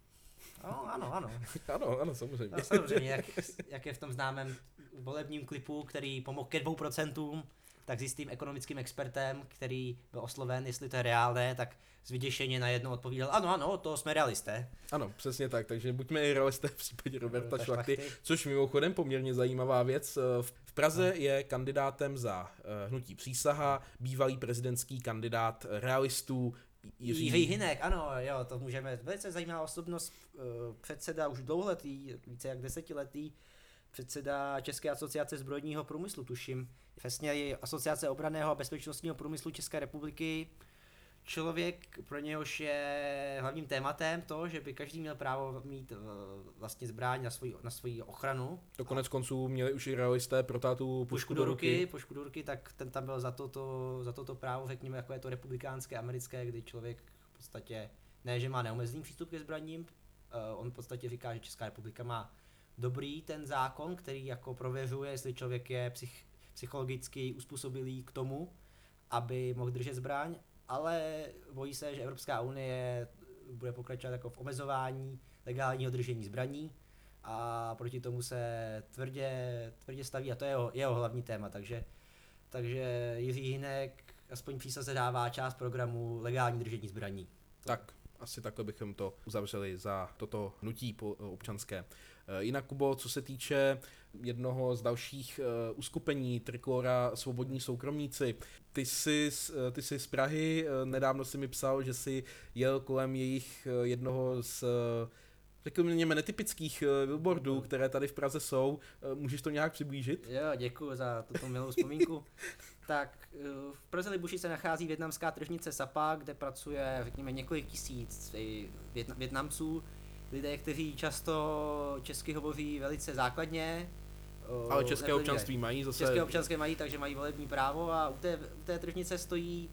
Ano, ano, ano. ano, ano, samozřejmě. No, samozřejmě, jak, jak je v tom známém volebním klipu, který pomohl ke dvou procentům, tak s jistým ekonomickým expertem, který byl osloven, jestli to je reálné, tak z vyděšeně najednou odpovídal, ano, ano, to jsme realisté. Ano, přesně tak, takže buďme i realisté v případě Roberta Šlachty, což mimochodem poměrně zajímavá věc. V Praze no. je kandidátem za hnutí Přísaha, bývalý prezidentský kandidát realistů Jiří, Jiří Hynek, ano, jo, to můžeme, velice zajímavá osobnost, předseda už dlouholetý, více jak desetiletý, předseda České asociace zbrojního průmyslu, tuším. Přesně je Asociace obranného a bezpečnostního průmyslu České republiky. člověk, pro něhož je hlavním tématem to, že by každý měl právo mít uh, vlastně zbraň na svoji, na svoji ochranu. To konec konců měli už i realisté pro tátu pušku do ruky, pušku do ruky, tak ten tam byl za toto, za toto právo, řekněme, jako je to republikánské, americké, kdy člověk v podstatě, ne, že má neomezený přístup ke zbraním, uh, on v podstatě říká, že Česká republika má dobrý ten zákon, který jako prověřuje, jestli člověk je psych, psychologicky uspůsobilý k tomu, aby mohl držet zbraň, ale bojí se, že Evropská unie bude pokračovat jako v omezování legálního držení zbraní a proti tomu se tvrdě, tvrdě staví a to je jeho, jeho hlavní téma, takže, takže Jiří Hynek aspoň přísaze dává část programu legální držení zbraní. Tak, asi takhle bychom to uzavřeli za toto hnutí občanské. Jinak, Kubo, co se týče jednoho z dalších uh, uskupení Trikolora Svobodní soukromníci, ty jsi, ty jsi z Prahy, nedávno si mi psal, že jsi jel kolem jejich jednoho z řekněme netypických billboardů, které tady v Praze jsou. Můžeš to nějak přiblížit? Jo, děkuji za tuto milou vzpomínku. Tak v Praze Libuši se nachází vietnamská tržnice Sapa, kde pracuje řekněme několik tisíc Vietnamců, lidé, kteří často česky hovoří velice základně. Ale české občanství mají zase. České občanské mají, takže mají volební právo a u té, u té tržnice stojí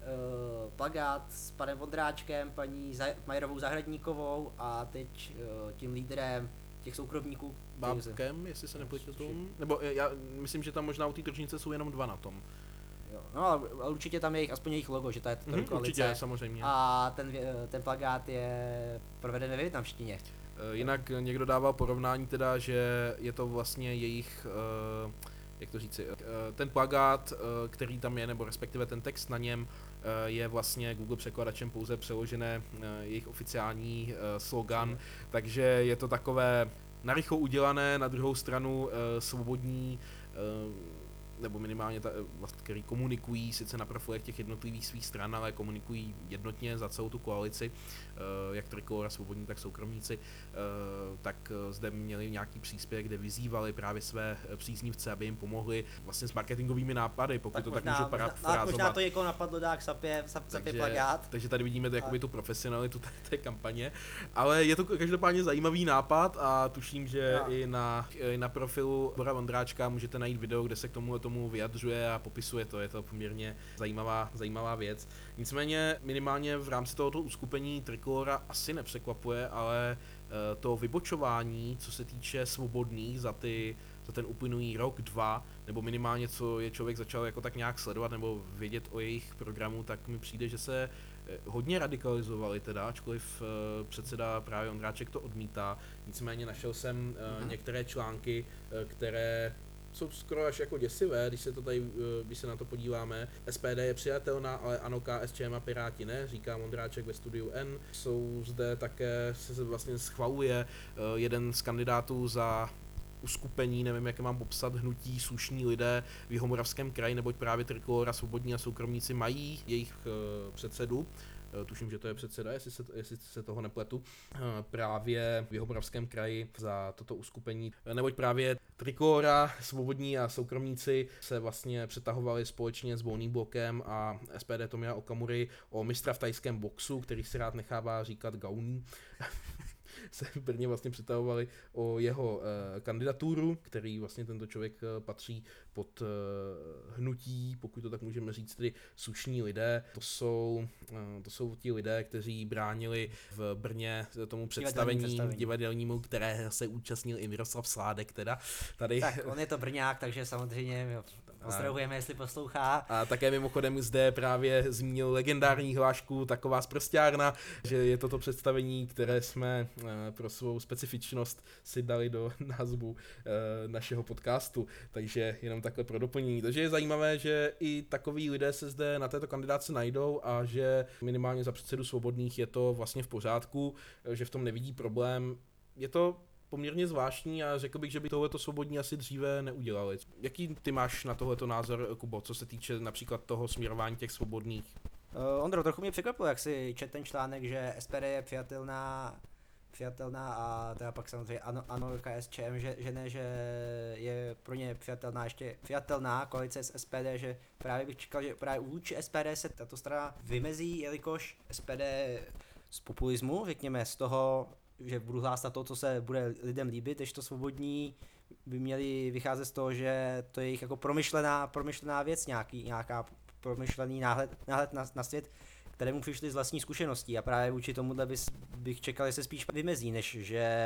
uh, plakát s panem Vondráčkem, paní Zah- Majerovou Zahradníkovou a teď uh, tím lídrem těch soukromníků. Bábkem, jestli se nepletu tomu. Nebo já myslím, že tam možná u té tržnice jsou jenom dva na tom. Jo, no ale určitě tam je jejich, aspoň jejich logo, že to je to mm-hmm, určitě, samozřejmě. A ten, ten plakát je proveden ve vietnamštině. Jinak někdo dával porovnání teda, že je to vlastně jejich, uh, jak to říci, uh, ten plakát, uh, který tam je, nebo respektive ten text na něm, uh, je vlastně Google překladačem pouze přeložené uh, jejich oficiální uh, slogan, mm. takže je to takové narychlo udělané, na druhou stranu uh, svobodní, uh, nebo minimálně, ta, vlastně, který komunikují sice na profilech těch jednotlivých svých stran, ale komunikují jednotně za celou tu koalici, jak Trikolora Svobodní, tak soukromníci, tak zde měli nějaký příspěvek, kde vyzývali právě své příznivce, aby jim pomohli vlastně s marketingovými nápady, pokud tak to možná, tak můžu parafrázovat. Možná to jako napadlo dát Sapě, Sapě plakát. Takže tady vidíme to, jakoby tu profesionalitu té, té kampaně, ale je to každopádně zajímavý nápad a tuším, že já. i na, i na profilu Bora Vondráčka můžete najít video, kde se k tomu tomu vyjadřuje a popisuje to, je to poměrně zajímavá, zajímavá věc. Nicméně minimálně v rámci tohoto uskupení Trikolora asi nepřekvapuje, ale to vybočování, co se týče svobodných za, ty, za ten uplynulý rok, dva, nebo minimálně co je člověk začal jako tak nějak sledovat nebo vědět o jejich programu, tak mi přijde, že se hodně radikalizovali teda, ačkoliv předseda právě Ondráček to odmítá. Nicméně našel jsem mm-hmm. některé články, které jsou skoro až jako děsivé, když se to tady, když se na to podíváme. S P D je přijatelná, ale ANO, K S Č M a Piráti ne, říká Mondráček ve studiu N. Jsou zde také, se vlastně schvaluje jeden z kandidátů za uskupení, nevím, jak mám popsat, hnutí Slušní lidé v Jihomoravském kraji, neboť právě Trikolora Svobodní a soukromníci mají jejich předsedu. Tuším, že to je předseda, jestli se, jestli se toho nepletu, právě v Jihomoravském kraji za toto uskupení, neboť právě Trikolora, Svobodní a soukromníci se vlastně přetahovali společně s Volným blokem a S P D Tomia Okamury o mistra v tajském boxu, který si rád nechává říkat Gauní. se v Brně vlastně přetahovali o jeho eh, kandidaturu, který vlastně tento člověk eh, patří pod eh, hnutí, pokud to tak můžeme říct, tedy Slušní lidé. To jsou, eh, to jsou ti lidé, kteří bránili v Brně tomu představení, představení. divadelnímu, které se účastnil i Miroslav Sládek teda. Tady. Tak on je to Brňák, takže samozřejmě jo. Pozdravujeme, jestli poslouchá. A také mimochodem zde právě zmínil legendární hlášku Taková sprosťárna, že je toto představení, které jsme pro svou specifičnost si dali do názvu našeho podcastu, takže jenom takhle pro doplnění. Takže je zajímavé, že i takoví lidé se zde na této kandidáce najdou a že minimálně za předsedu Svobodných je to vlastně v pořádku, že v tom nevidí problém. Je to poměrně zvláštní a řekl bych, že by tohleto Svobodní asi dříve neudělali. Jaký ty máš na tohleto názor, Kubo, co se týče například toho směrování těch Svobodných? Uh, Ondro, trochu mě překvapilo, jak si čet ten článek, že S P D je přijatelná přijatelná a teda pak samozřejmě ano, ano KSČM, že, že ne, že je pro ně přijatelná ještě přijatelná koalice s S P D, že právě bych čekal, že právě vůči S P D se tato strana vymezí, jelikož S P D z populismu, řekněme z toho, že budu hlásat to, co se bude lidem líbit, když to svobodní by měli vycházet z toho, že to je jejich jako promyšlená, promyšlená věc, nějaký, nějaká promyšlený náhled, náhled na, na svět, kterému přišli z vlastní zkušeností a právě vůči tomuhle bys, bych čekal, že se spíš vymezí, než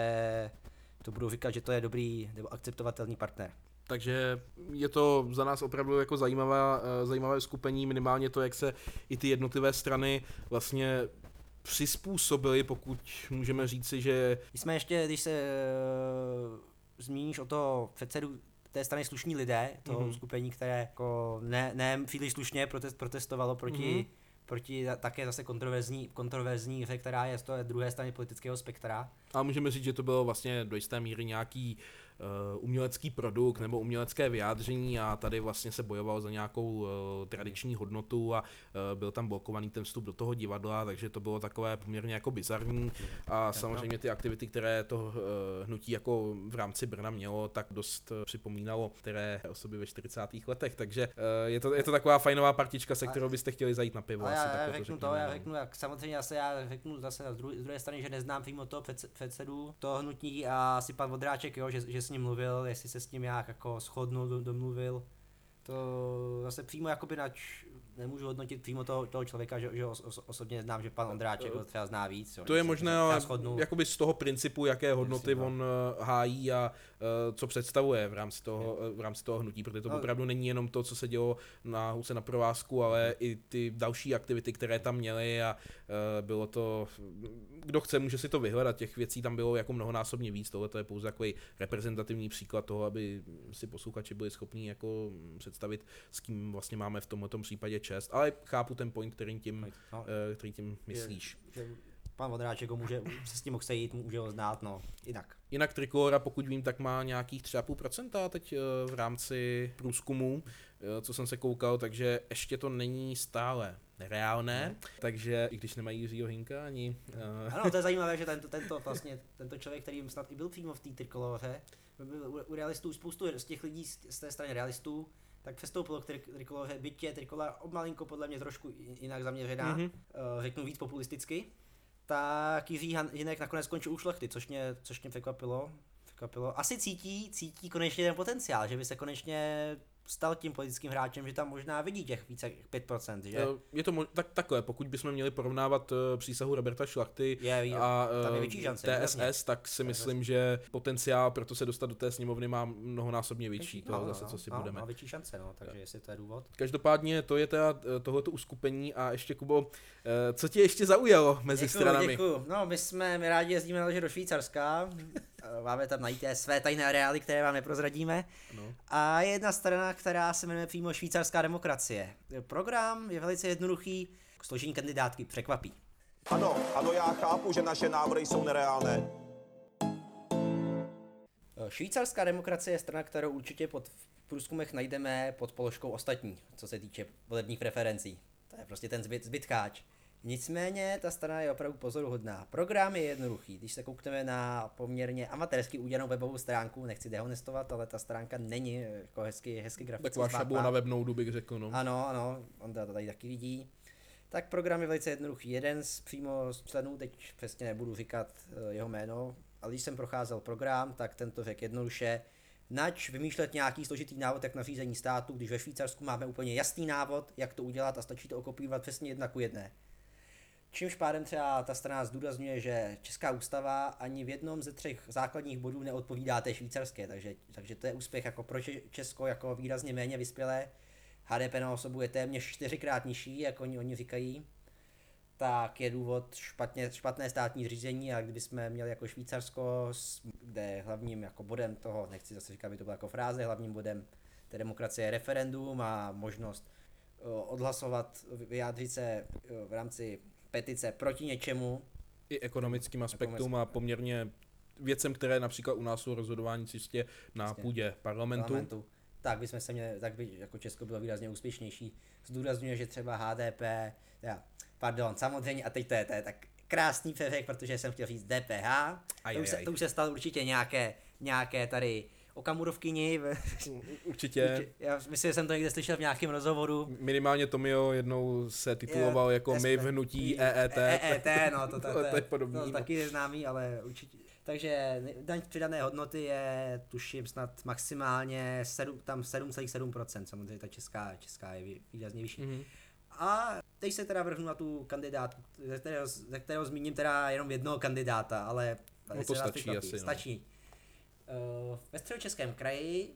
že to budou říkat, že to je dobrý nebo akceptovatelný partner. Takže je to za nás opravdu jako zajímavá, zajímavé skupení, minimálně to, jak se i ty jednotlivé strany vlastně přizpůsobily, pokud můžeme říci, že... Jsme ještě, když se uh, zmíníš o toho předsedu té strany Slušní lidé, toho mm-hmm. skupení, které jako ne, ne příliš slušně protest, protestovalo proti, mm-hmm. proti také zase kontroverzní, kontroverzní hře, která je z té druhé strany politického spektra. A můžeme říct, že to bylo vlastně do jisté míry nějaký uh, umělecký produkt nebo umělecké vyjádření a tady vlastně se bojoval za nějakou uh, tradiční hodnotu a uh, byl tam blokovaný ten vstup do toho divadla, takže to bylo takové poměrně jako bizarní a samozřejmě ty aktivity, které to uh, hnutí jako v rámci Brna mělo, tak dost uh, připomínalo které osoby ve čtyřicátých letech, takže uh, je, to, je to taková fajnová partička, se kterou byste chtěli zajít na pivo. A asi já, já to řeknu to, já řeknu, jak samozřejmě zase já řeknu zase z druhé, z druhé strany, že neznám přímo toho předsedu toho hnutí a asi pan Vodráček, jo, že, že s ním mluvil, jestli se s ním nějak jako shodnul, domluvil. To zase přímo jakoby nač, nemůžu hodnotit přímo toho, toho člověka, že, že os, osobně znám, že pan Ondráček ho třeba zná víc. Jo, to je možné, ale jakoby z toho principu, jaké hodnoty Myslím, on uh, hájí a uh, co představuje v rámci toho, uh, v rámci toho hnutí, protože to no. opravdu není jenom to, co se dělo na Huce na provázku, ale i ty další aktivity, které tam měly a uh, bylo to, kdo chce, může si to vyhledat, těch věcí tam bylo jako mnohonásobně víc, tohle to je pouze takový reprezentativní příklad toho, aby si posluchači byli schopní jako představit, s kým vlastně máme v tomto případě čest, ale chápu ten point, který tím, no, který tím myslíš. Že, že pan Vodráček ho může, se s tím mohl sejít, může ho znát, no, jinak. Jinak Trikolora, pokud vím, tak má nějakých tři a půl procenta teď v rámci průzkumu, co jsem se koukal, takže ještě to není stále nereálné, ne. Takže i když nemají Jiřího Hinka ani... Uh... Ano, to je zajímavé, že tento, tento, vlastně, tento člověk, který snad i byl přímo v té Trikoloře, byl u realistů, spoustu z těch lidí z té strany realistů, tak přestoupilo k Trikoloře, byť je Trikolola malinko podle mě trošku jinak zaměřená, mm-hmm. řeknu víc populisticky, tak Jiří Hinek nakonec skončil u Šlechty, což mě, což mě překvapilo. překvapilo. Asi cítí, cítí konečně ten potenciál, že by se konečně stal tím politickým hráčem, že tam možná vidí těch více jak pět procent, že? Je to mož- tak, takhle, pokud bychom měli porovnávat uh, přísahu Roberta Šlachty je, je, a uh, šance, T S S, tak si myslím, že potenciál pro to se dostat do té sněmovny má mnohonásobně větší, to no, zase, no, co si no, budeme. Má větší šance, no, takže jestli to je důvod. Každopádně to je teda tohleto uskupení a ještě, Kubo, uh, co tě ještě zaujalo mezi děkuju, stranami? Děkuju. No, my jsme, my rádi jezdíme na do Švýcarska, máme tam najít své tajné areály, které vám neprozradíme. No. A je jedna strana, která se jmenuje přímo Švýcarská demokracie. Program je velice jednoduchý, složení kandidátky překvapí. Ano, ano, já chápu, že naše návrhy jsou nereálné. Švýcarská demokracie je strana, kterou určitě pod v průzkumech najdeme pod položkou ostatní, co se týče volebních preferencí. To je prostě ten zbyt, zbytkáč. Nicméně ta strana je opravdu pozoruhodná. Program je jednoduchý. Když se koukneme na poměrně amatérsky udělanou webovou stránku, nechci dehonestovat, ale ta stránka není jako hezky, hezky graficky. Taková šablona webnoudu bych řekl, no. Ano, ano, on to tady taky vidí. Tak program je velice jednoduchý. Jeden z přímo z členů, teď přesně nebudu říkat jeho jméno, ale když jsem procházel program, tak tento řekl jednoduše, nač vymýšlet nějaký složitý návod, jak na řízení státu, když ve Švýcarsku máme úplně jasný návod, jak to udělat a stačí to okopírovat přesně jedna ku jedné. Čímž pádem třeba ta strana zdůrazňuje, že česká ústava ani v jednom ze třech základních bodů neodpovídá té švýcarské, takže, takže to je úspěch jako pro Česko jako výrazně méně vyspělé. H D P na osobu je téměř čtyřikrát nižší, jak oni, oni říkají. Tak je důvod špatně, špatné státní řízení a kdybychom měli jako Švýcarsko, kde hlavním jako bodem toho, nechci zase říkat, aby to bylo jako fráze, hlavním bodem té demokracie je referendum a možnost odhlasovat, vyjádřit se v rámci petice proti něčemu. I ekonomickým aspektům a poměrně věcem, které například u nás jsou rozhodování čistě na Jasně. půdě parlamentu. parlamentu. Tak bychom se měli, tak by jako Česko bylo výrazně úspěšnější. Zdůrazňuje, že třeba H D P, ja, pardon, samozřejmě, a teď to je, to je tak krásný perfekt, protože jsem chtěl říct D P H. Aj, to, už aj, se, aj. to už se stalo určitě nějaké, nějaké tady Okamurovkyni. Určitě. Já myslím, že jsem to někde slyšel v nějakém rozhovoru. Minimálně Tomio jednou se tituloval jako my v hnutí E E T. E E T, no to, to, to, to je podobný. to no. taky je známý, ale určitě. Takže daň z přidané hodnoty je, tuším, snad maximálně sedm, tam sedm celá sedm procent, samozřejmě ta česká, česká je výrazně vyšší. Mhm. A teď se teda vrhnu na tu kandidátku, ze kterého, ze kterého zmíním teda jenom jednoho kandidáta, ale No to stačí asi, no. Stačí. Uh, ve Středočeském kraji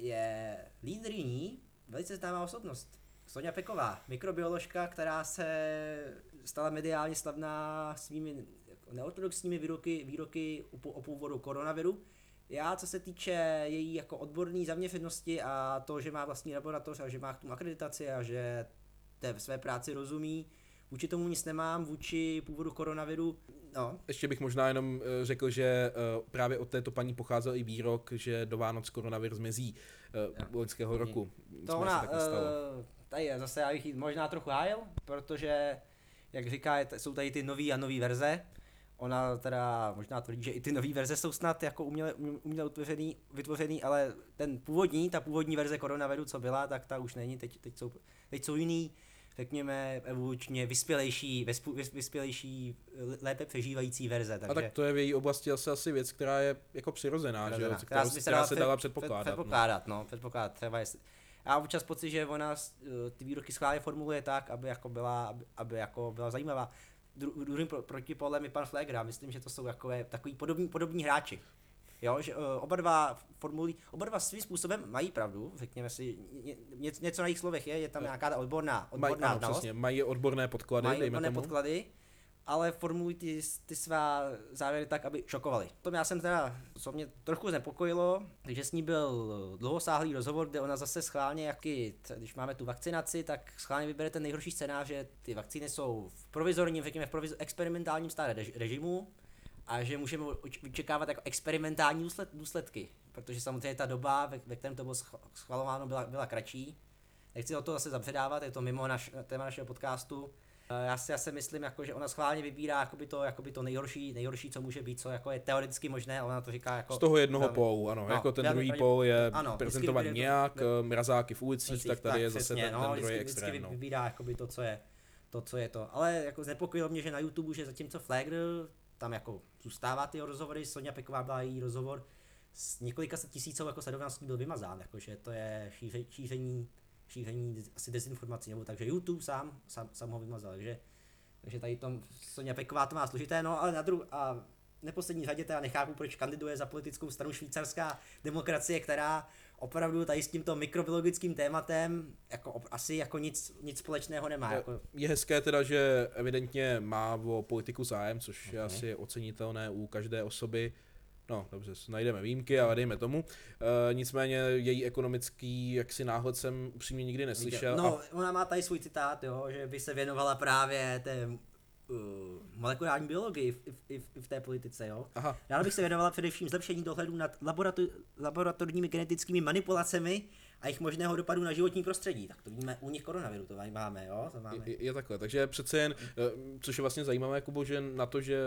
je lídryní velice známá osobnost. Sonja Peková, mikrobioložka, která se stala mediálně slavná svými neortodoxními výroky, výroky o původu koronaviru. Já, co se týče její jako odborné zaměřenosti a to, že má vlastní laboratoř a že má k tomu akreditaci a že té své práci rozumí, vůči tomu nic nemám, vůči původu koronaviru, no. Ještě bych možná jenom eh, řekl, že eh, právě od této paní pocházel i výrok, že do Vánoc koronavirus zmizí uh, loňského roku. To ona, uh, tady je zase, já bych jí možná trochu hájil, protože, jak říká, jsou tady ty nový a nový verze. Ona teda možná tvrdí, že i ty nové verze jsou snad jako uměle, uměle vytvořený, vytvořený, ale ten původní, ta původní verze koronaviru, co byla, tak ta už není, teď, teď, jsou, teď jsou jiný, řekněme, evolučně vyspělejší, vyspělejší, lépe přežívající verze. Takže... A tak to je v její oblasti asi, asi věc, která je jako přirozená, přirozená že? Která, která, se, která se dala předpokládat. Předpokládat, no, no předpokládat třeba jestli. Já mám občas pocit, že ona ty výroky schválně formuluje tak, aby jako byla, aby, aby jako byla zajímavá. Dru, druhým pro, protipolem je pan Flegra, myslím, že to jsou takové, takový podobní, podobní hráči. Jo, že uh, oba dva formulují, oba dva svým způsobem mají pravdu, řekněme si, ně, ně, něco na jejich slovech je, je tam nějaká ta odborná, odborná Maj, ano, přesně, mají odborné podklady, mají dejme odborné tomu. podklady, ale formulují ty, ty svá závěry tak, aby šokovali. Tom já jsem teda, co mě trochu znepokojilo, takže s ní byl dlouhosáhlý rozhovor, kde ona zase schválně, jaký, když máme tu vakcinaci, tak schválně vybere ten nejhorší scénář, že ty vakcíny jsou v provizorním, řekněme v proviz- experimentálním stále režimu a že můžeme očekávat jako experimentální důsled, důsledky, protože samozřejmě ta doba, ve, ve kterém to bylo schvalováno, byla, byla kratší. Nechci o to zase zapředávat, je to mimo naš, téma našeho podcastu. Já si, já si myslím, jako, že ona schválně vybírá jakoby to, jakoby to nejhorší, nejhorší, co může být, co jako je teoreticky možné, ale ona to říká jako... Z toho jednoho velmi, pólu, ano, no, jako ten velmi, druhý velmi, pól je ano, prezentovaný vždycky nějak, vybírá, mrazáky v ulicích, ulicích, tak tady tak, je zase přesně, ten, no, ten druhý vždycky, extrém. vždycky No. vybírá jakoby to, co je, to, co je to. Ale jako znepokojilo mě, že na YouTube, že zatímco Flegr tam jako zůstává ty rozhovory, Sonja Peková byla její rozhovor, s několika set tisíců jako sledovaností byl vymazán, jakože to je šíře, šíření, šíření asi dezinformací, nebo takže YouTube sám, sám, sám ho vymazal, takže Takže tady tom Sonja Peková to má složité, no ale na druhou a v neposlední řadě teda nechápu, proč kandiduje za politickou stranu švýcarská demokracie, která opravdu tady s tímto mikrobiologickým tématem jako op, asi jako nic, nic společného nemá. Je, jako. je hezké teda, že evidentně má o politiku zájem, což okay. je asi ocenitelné u každé osoby. No, dobře, najdeme výjimky, ale dejme tomu. E, nicméně její ekonomický jaksi náhled jsem upřímně nikdy neslyšel. No, a... ona má tady svůj citát, jo, že by se věnovala právě té uh, molekulární biologii v, v, v, v té politice, jo. Aha. Dále bych se věnovala především zlepšení dohledu nad laborator, laboratorními genetickými manipulacemi a jejich možného dopadu na životní prostředí. Tak to víme u nich koronaviru, to máme, jo. To máme. Je, je takhle, takže přece jen, což je vlastně zajímavé, Kubo, že na to, že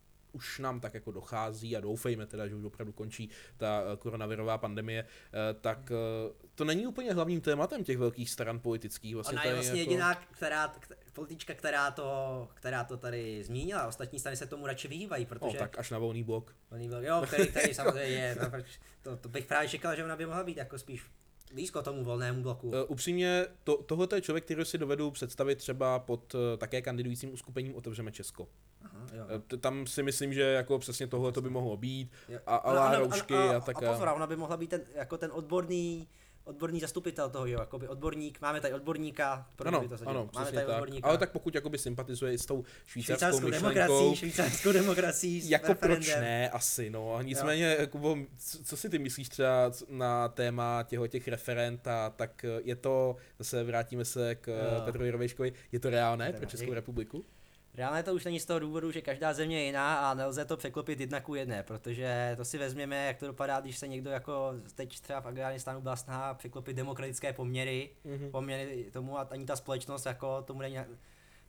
už nám tak jako dochází a doufejme teda, že už opravdu končí ta koronavirová pandemie, tak to není úplně hlavním tématem těch velkých stran politických. Vlastně Ona je vlastně jako... jediná která, k, politička, která to, která to tady zmínila, ostatní strany se tomu radši vyhýbají, protože... No tak až na Volný blok. Volný blok, jo, který, který samozřejmě je, to, to bych právě čekal, že ona by mohla být jako spíš blízko tomu Volnému bloku. Uh, upřímně, to, tohle je člověk, který si dovedu představit třeba pod uh, také kandidujícím uskupením Otevřeme Česko. Aha, jo. Uh, tam si myslím, že jako přesně tohle to by mohlo být. A, a ona, roušky a, a, a tak. A pozor, ona by mohla být ten, jako ten odborný, odborný zastupitel toho, jo, jakoby odborník, máme tady odborníka, ano, to ano, máme tady tak. odborníka. Ale tak pokud jakoby sympatizuje i s tou švýcarskou, švýcarskou myšlenkou, demokracií, švýcarskou demokracií, jako proč ne, asi, no. A nicméně, Kubo, co, co si ty myslíš třeba na téma těho těch referent a tak je to, zase vrátíme se k jo. Petru Jirovejškovi, je to reálné pro Českou republiku? Reálné to už není z toho důvodu, že každá země je jiná a nelze to překlopit jedna ku jedné, protože to si vezměme, jak to dopadá, když se někdo jako teď třeba v Afghánistánu byla snaha překlopit demokratické poměry, mm-hmm. poměry tomu a ani ta společnost jako tomu není,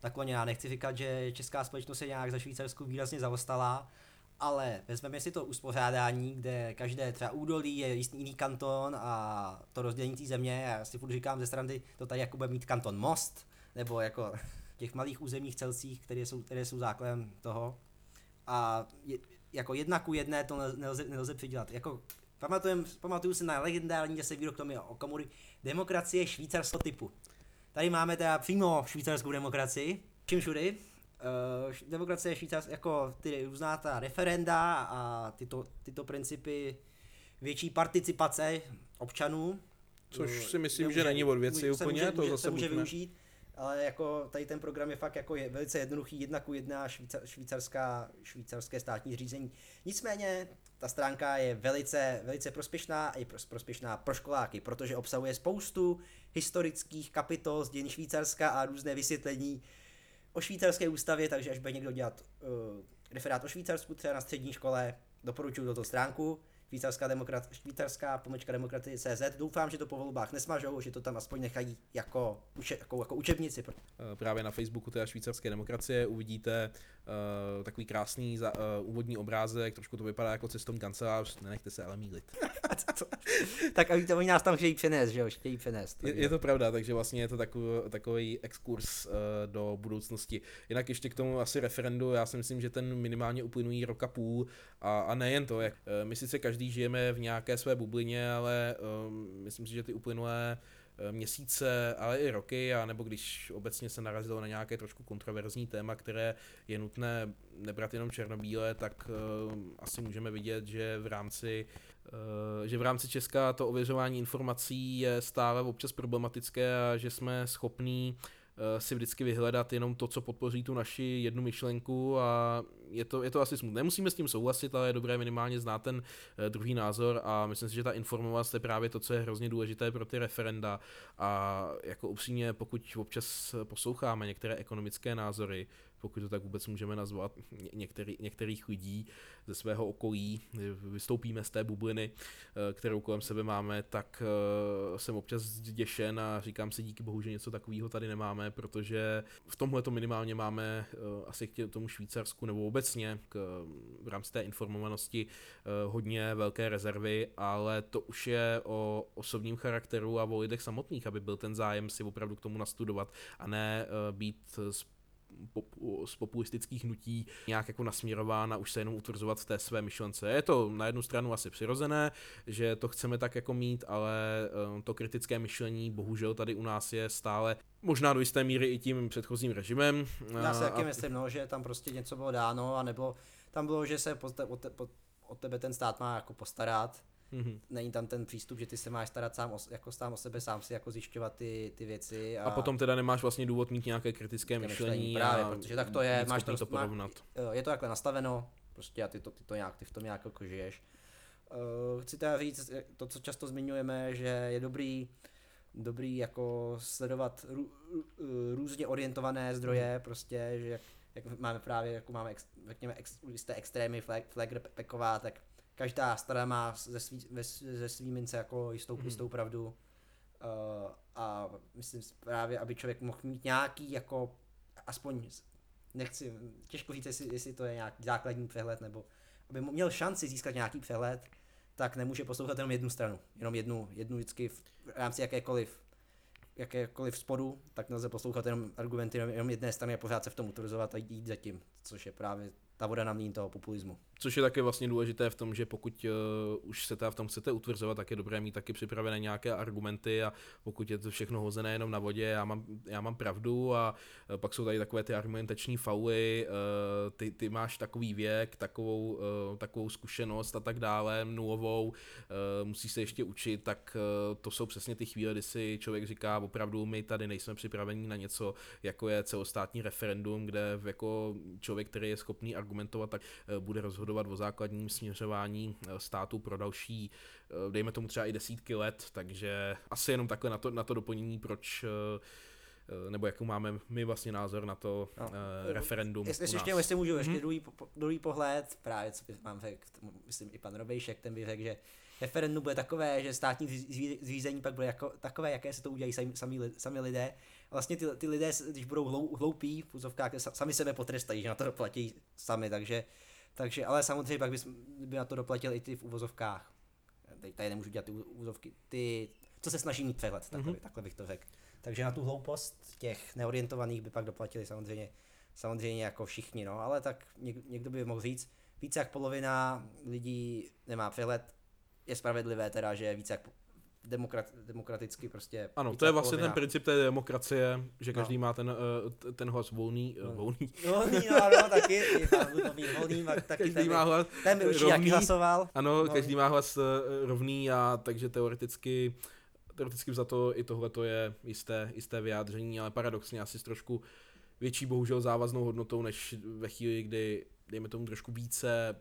nakloněná. Já nechci říkat, že česká společnost je nějak za Švýcarsku výrazně zaostalá, ale vezmeme si to uspořádání, kde každé třeba údolí je jiný kanton a to rozdělení té země, já si furt říkám ze strany, to tady jako bude mít kanton Most, nebo jako těch malých územních celcích, které jsou, které jsou základem toho. A je, jako jedna ku jedné to nelze, nelze přidělat. Jako, pamatujem, pamatuju si na legendární zase výrok Tomia Okamury, demokracie švýcarského typu. Tady máme teda přímo švýcarskou demokracii, čím všudy. Uh, demokracie švýcarská, jako ty různá ta referenda a tyto, tyto principy větší participace občanů. Což si myslím, může, že není od věci může, úplně, může, to může, zase se může buďme. využít, ale jako tady ten program je fakt jako je velice jednoduchý, jedna ku jedna švýcar, švýcarská, švýcarské státní řízení. Nicméně ta stránka je velice, velice prospěšná a je prospěšná pro školáky, protože obsahuje spoustu historických kapitol z dějin Švýcarska a různé vysvětlení o švýcarské ústavě, takže až bude někdo dělat uh, referát o Švýcarsku třeba na střední škole, doporučuji tuto stránku, švýcarská, demokrat, švýcarská pomlčka demokratie tečka cé zet. Doufám, že to po volbách nesmažou, že to tam aspoň nechají jako, uče, jako, jako učebnici. Právě na Facebooku teda švýcarské demokracie uvidíte uh, takový krásný za, uh, úvodní obrázek, trošku to vypadá jako cestovní kancelář, nenechte se ale mýlit. Tak a to oni nás tam chtějí přenést, že jo, chtějí přenést. Je, je to pravda, takže vlastně je to takový, takový exkurs uh, do budoucnosti. Jinak ještě k tomu asi referendu, já si myslím, že ten minimálně uplynují rok a půl a, a nejen to, jak uh, my sice každý žijeme v nějaké své bublině, ale um, myslím si, že ty uplynulé měsíce, ale i roky, a nebo když obecně se narazilo na nějaké trošku kontroverzní téma, které je nutné nebrat jenom černobíle, tak uh, asi můžeme vidět, že v rámci uh, že v rámci Česka to ověřování informací je stále občas problematické a že jsme schopní uh, si vždycky vyhledat jenom to, co podpoří tu naši jednu myšlenku, a je to, je to asi smutné. Nemusíme s tím souhlasit, ale je dobré minimálně znát ten uh, druhý názor, a myslím si, že ta informovanost je právě to, co je hrozně důležité pro ty referenda. A jako upřímně, pokud občas posloucháme některé ekonomické názory, pokud to tak vůbec můžeme nazvat, některý, některých lidí ze svého okolí, vystoupíme z té bubliny, kterou kolem sebe máme, tak jsem občas zděšen a říkám si díky bohu, že něco takového tady nemáme, protože v tomhle to minimálně máme asi k tomu Švýcarsku nebo obecně k, v rámci té informovanosti hodně velké rezervy, ale to už je o osobním charakteru a o lidech samotných, aby byl ten zájem si opravdu k tomu nastudovat a ne být z populistických hnutí nějak jako nasměrován a už se jenom utvrzovat v té své myšlence. Je to na jednu stranu asi přirozené, že to chceme tak jako mít, ale to kritické myšlení bohužel tady u nás je stále možná do jisté míry i tím předchozím režimem. Já si taky myslím, no, že tam prostě něco bylo dáno a nebo tam bylo, že se o, te, o tebe ten stát má jako postarat. Mm-hmm. Není tam ten přístup, že ty se máš starat sám o, jako sám o sebe, sám si jako zjišťovat ty, ty věci. A, a potom teda nemáš vlastně důvod mít nějaké kritické myšlení. myšlení právě, protože tak to je, máš to, to porovnat. Má, je to takhle nastaveno, prostě a ty to, ty to nějak, ty v tom nějak jako žiješ. Uh, chci teda říct, to, co často zmiňujeme, že je dobrý, dobrý jako sledovat rů, různě orientované zdroje, mm. prostě, že jak, jak máme právě, jako máme, ex, řekněme, ex, jisté extrémy, flag, Flag Peková, tak každá strana má ze svý, ze svý mince jako jistou, mm. jistou pravdu uh, a myslím právě, aby člověk mohl mít nějaký jako, aspoň, nechci, těžko říct, jestli, jestli to je nějaký základní přehled, nebo aby měl šanci získat nějaký přehled, tak nemůže poslouchat jenom jednu stranu, jenom jednu, jednu vždycky v rámci jakékoliv, jakékoliv sporu, tak nelze poslouchat jenom argumenty jenom jedné strany a pořád se v tom utvrzovat a jít za tím, což je právě ta voda na mlýn toho populismu. Což je také vlastně důležité v tom, že pokud uh, už se teda v tom chcete utvrzovat, tak je dobré mít taky připravené nějaké argumenty, a pokud je to všechno hozené jenom na vodě, já mám, já mám pravdu, a uh, pak jsou tady takové ty argumentační fauly, uh, ty, ty máš takový věk, takovou, uh, takovou zkušenost a tak dále, nulovou, uh, musíš se ještě učit, tak uh, to jsou přesně ty chvíle, kdy si člověk říká, opravdu my tady nejsme připraveni na něco, jako je celostátní referendum, kde jako člověk, který je schopný argumentovat, tak uh, bude rozhodovat o základním směřování státu pro další, dejme tomu třeba i desítky let, takže asi jenom takhle na to, na to doplnění, proč, nebo jakou máme my vlastně názor na to no. uh, referendum Jestli u nás. ještě, jestli můžu, ještě mm-hmm. druhý, po, druhý pohled, právě co by mám řekl, myslím i pan Robejšek, ten by řekl, že referendum bude takové, že státní zřízení pak bude jako takové, jaké se to udělají sami, sami, sami lidé, vlastně ty, ty lidé, když budou hlou, hloupí v úzovkách, sami sebe potrestají, že na to doplatí sami, takže, takže ale samozřejmě pak by, by na to doplatil i ty v úvozovkách. Tady, tady nemůžu dělat ty úvozovky, ty, co se snaží mít přehled, takhle, mm-hmm. takhle bych to řekl. Takže na tu hloupost těch neorientovaných by pak doplatili samozřejmě, samozřejmě jako všichni, no, ale tak něk, někdo by mohl říct, více jak polovina lidí nemá přehled, je spravedlivé teda, že více jak demokrat, demokraticky prostě. Ano, to je vlastně polovina. Ten princip té demokracie, že každý no. má ten, ten hlas volný, no. volný. Volný, no, ano, taky, volný, taky každý ten, má hlas ten by určitě jaký hlasoval. Ano, no. Každý má hlas rovný a takže teoreticky, teoreticky za to i tohleto je jisté, jisté vyjádření, ale paradoxně asi s trošku větší bohužel závaznou hodnotou, než ve chvíli, kdy dejme tomu trošku více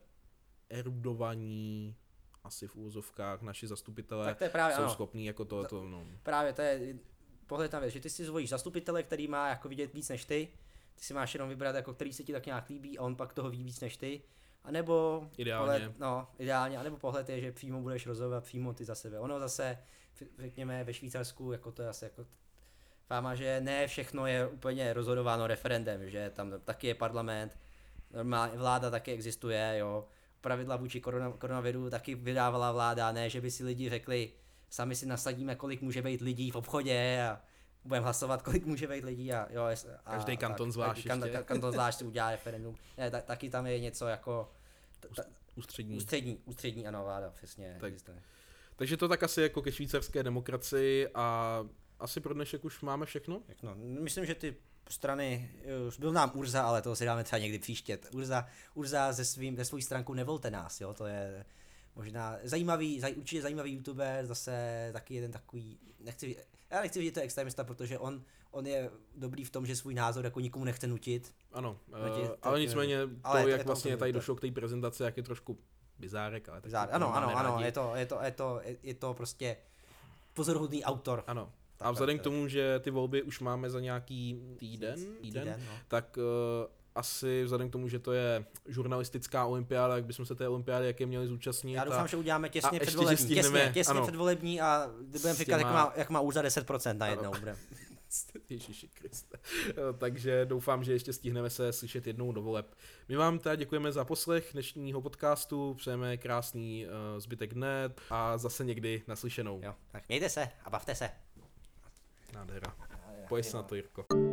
erudovaní asi v úvozovkách naši zastupitelé jsou ano. schopní jako tohleto. No. Právě to je pohled na věc, že ty si zvolíš zastupitele, který má jako vidět víc než ty, ty si máš jenom vybrat, jako který se ti tak nějak líbí a on pak toho ví víc než ty, a nebo ideálně. Pohled, no, ideálně, a nebo pohled je, že přímo budeš rozhodovat přímo ty za sebe. Ono zase, řekněme, ve Švýcarsku, jako to je asi jako fáma, že ne všechno je úplně rozhodováno referendem, že tam taky je parlament, normálně vláda taky existuje, jo. Pravidla vůči korona, koronaviru taky vydávala vláda, ne, že by si lidi řekli, sami si nasadíme, kolik může být lidí v obchodě a budeme hlasovat, kolik může být lidí a jo. A, každý kanton tak, zvlášť kan, kan, kanton zvlášť udělá referendum. Ne, ta, taky tam je něco jako ta, ústřední. ústřední. Ústřední, ano, vláda, přesně. Tak. Takže to tak asi jako ke švýcarské demokracii a asi pro dnešek už máme všechno? No, myslím, že ty strany, byl nám Urza, ale toho si dáme třeba někdy příště. Urza, Urza ze, svým, ze svojí stránku Nevolte nás, jo, to je možná zajímavý, zaj, určitě zajímavý youtuber, zase taky jeden takový, nechci, já nechci vidět to extremista, protože on, on je dobrý v tom, že svůj názor jako nikomu nechce nutit. Ano, uh, ale nicméně to, ale jak to, vlastně tady došlo k té prezentaci, jak je trošku bizárek, ale tak Bizár, ano, ano, ano, je to, je to, je to, je to prostě pozoruhodný autor. Ano. A vzhledem k tomu, že ty volby už máme za nějaký týden, týden, týden no. tak uh, asi vzhledem k tomu, že to je žurnalistická olympiáda, jak bychom se té olympiády jaké měli zúčastnit. Já doufám, a, že uděláme těsně předvolební, těsně, těsně předvolební a budeme říkat, jak má, jak má Urza deset procent najednou. Ježiši Kriste. Takže doufám, že ještě stihneme se slyšet jednou do voleb. My vám teda děkujeme za poslech dnešního podcastu, přejeme krásný uh, zbytek dne a zase někdy naslyšenou. Jo, tak mějte se a bavte se. Nádhera. Pojď se na to, Jirko.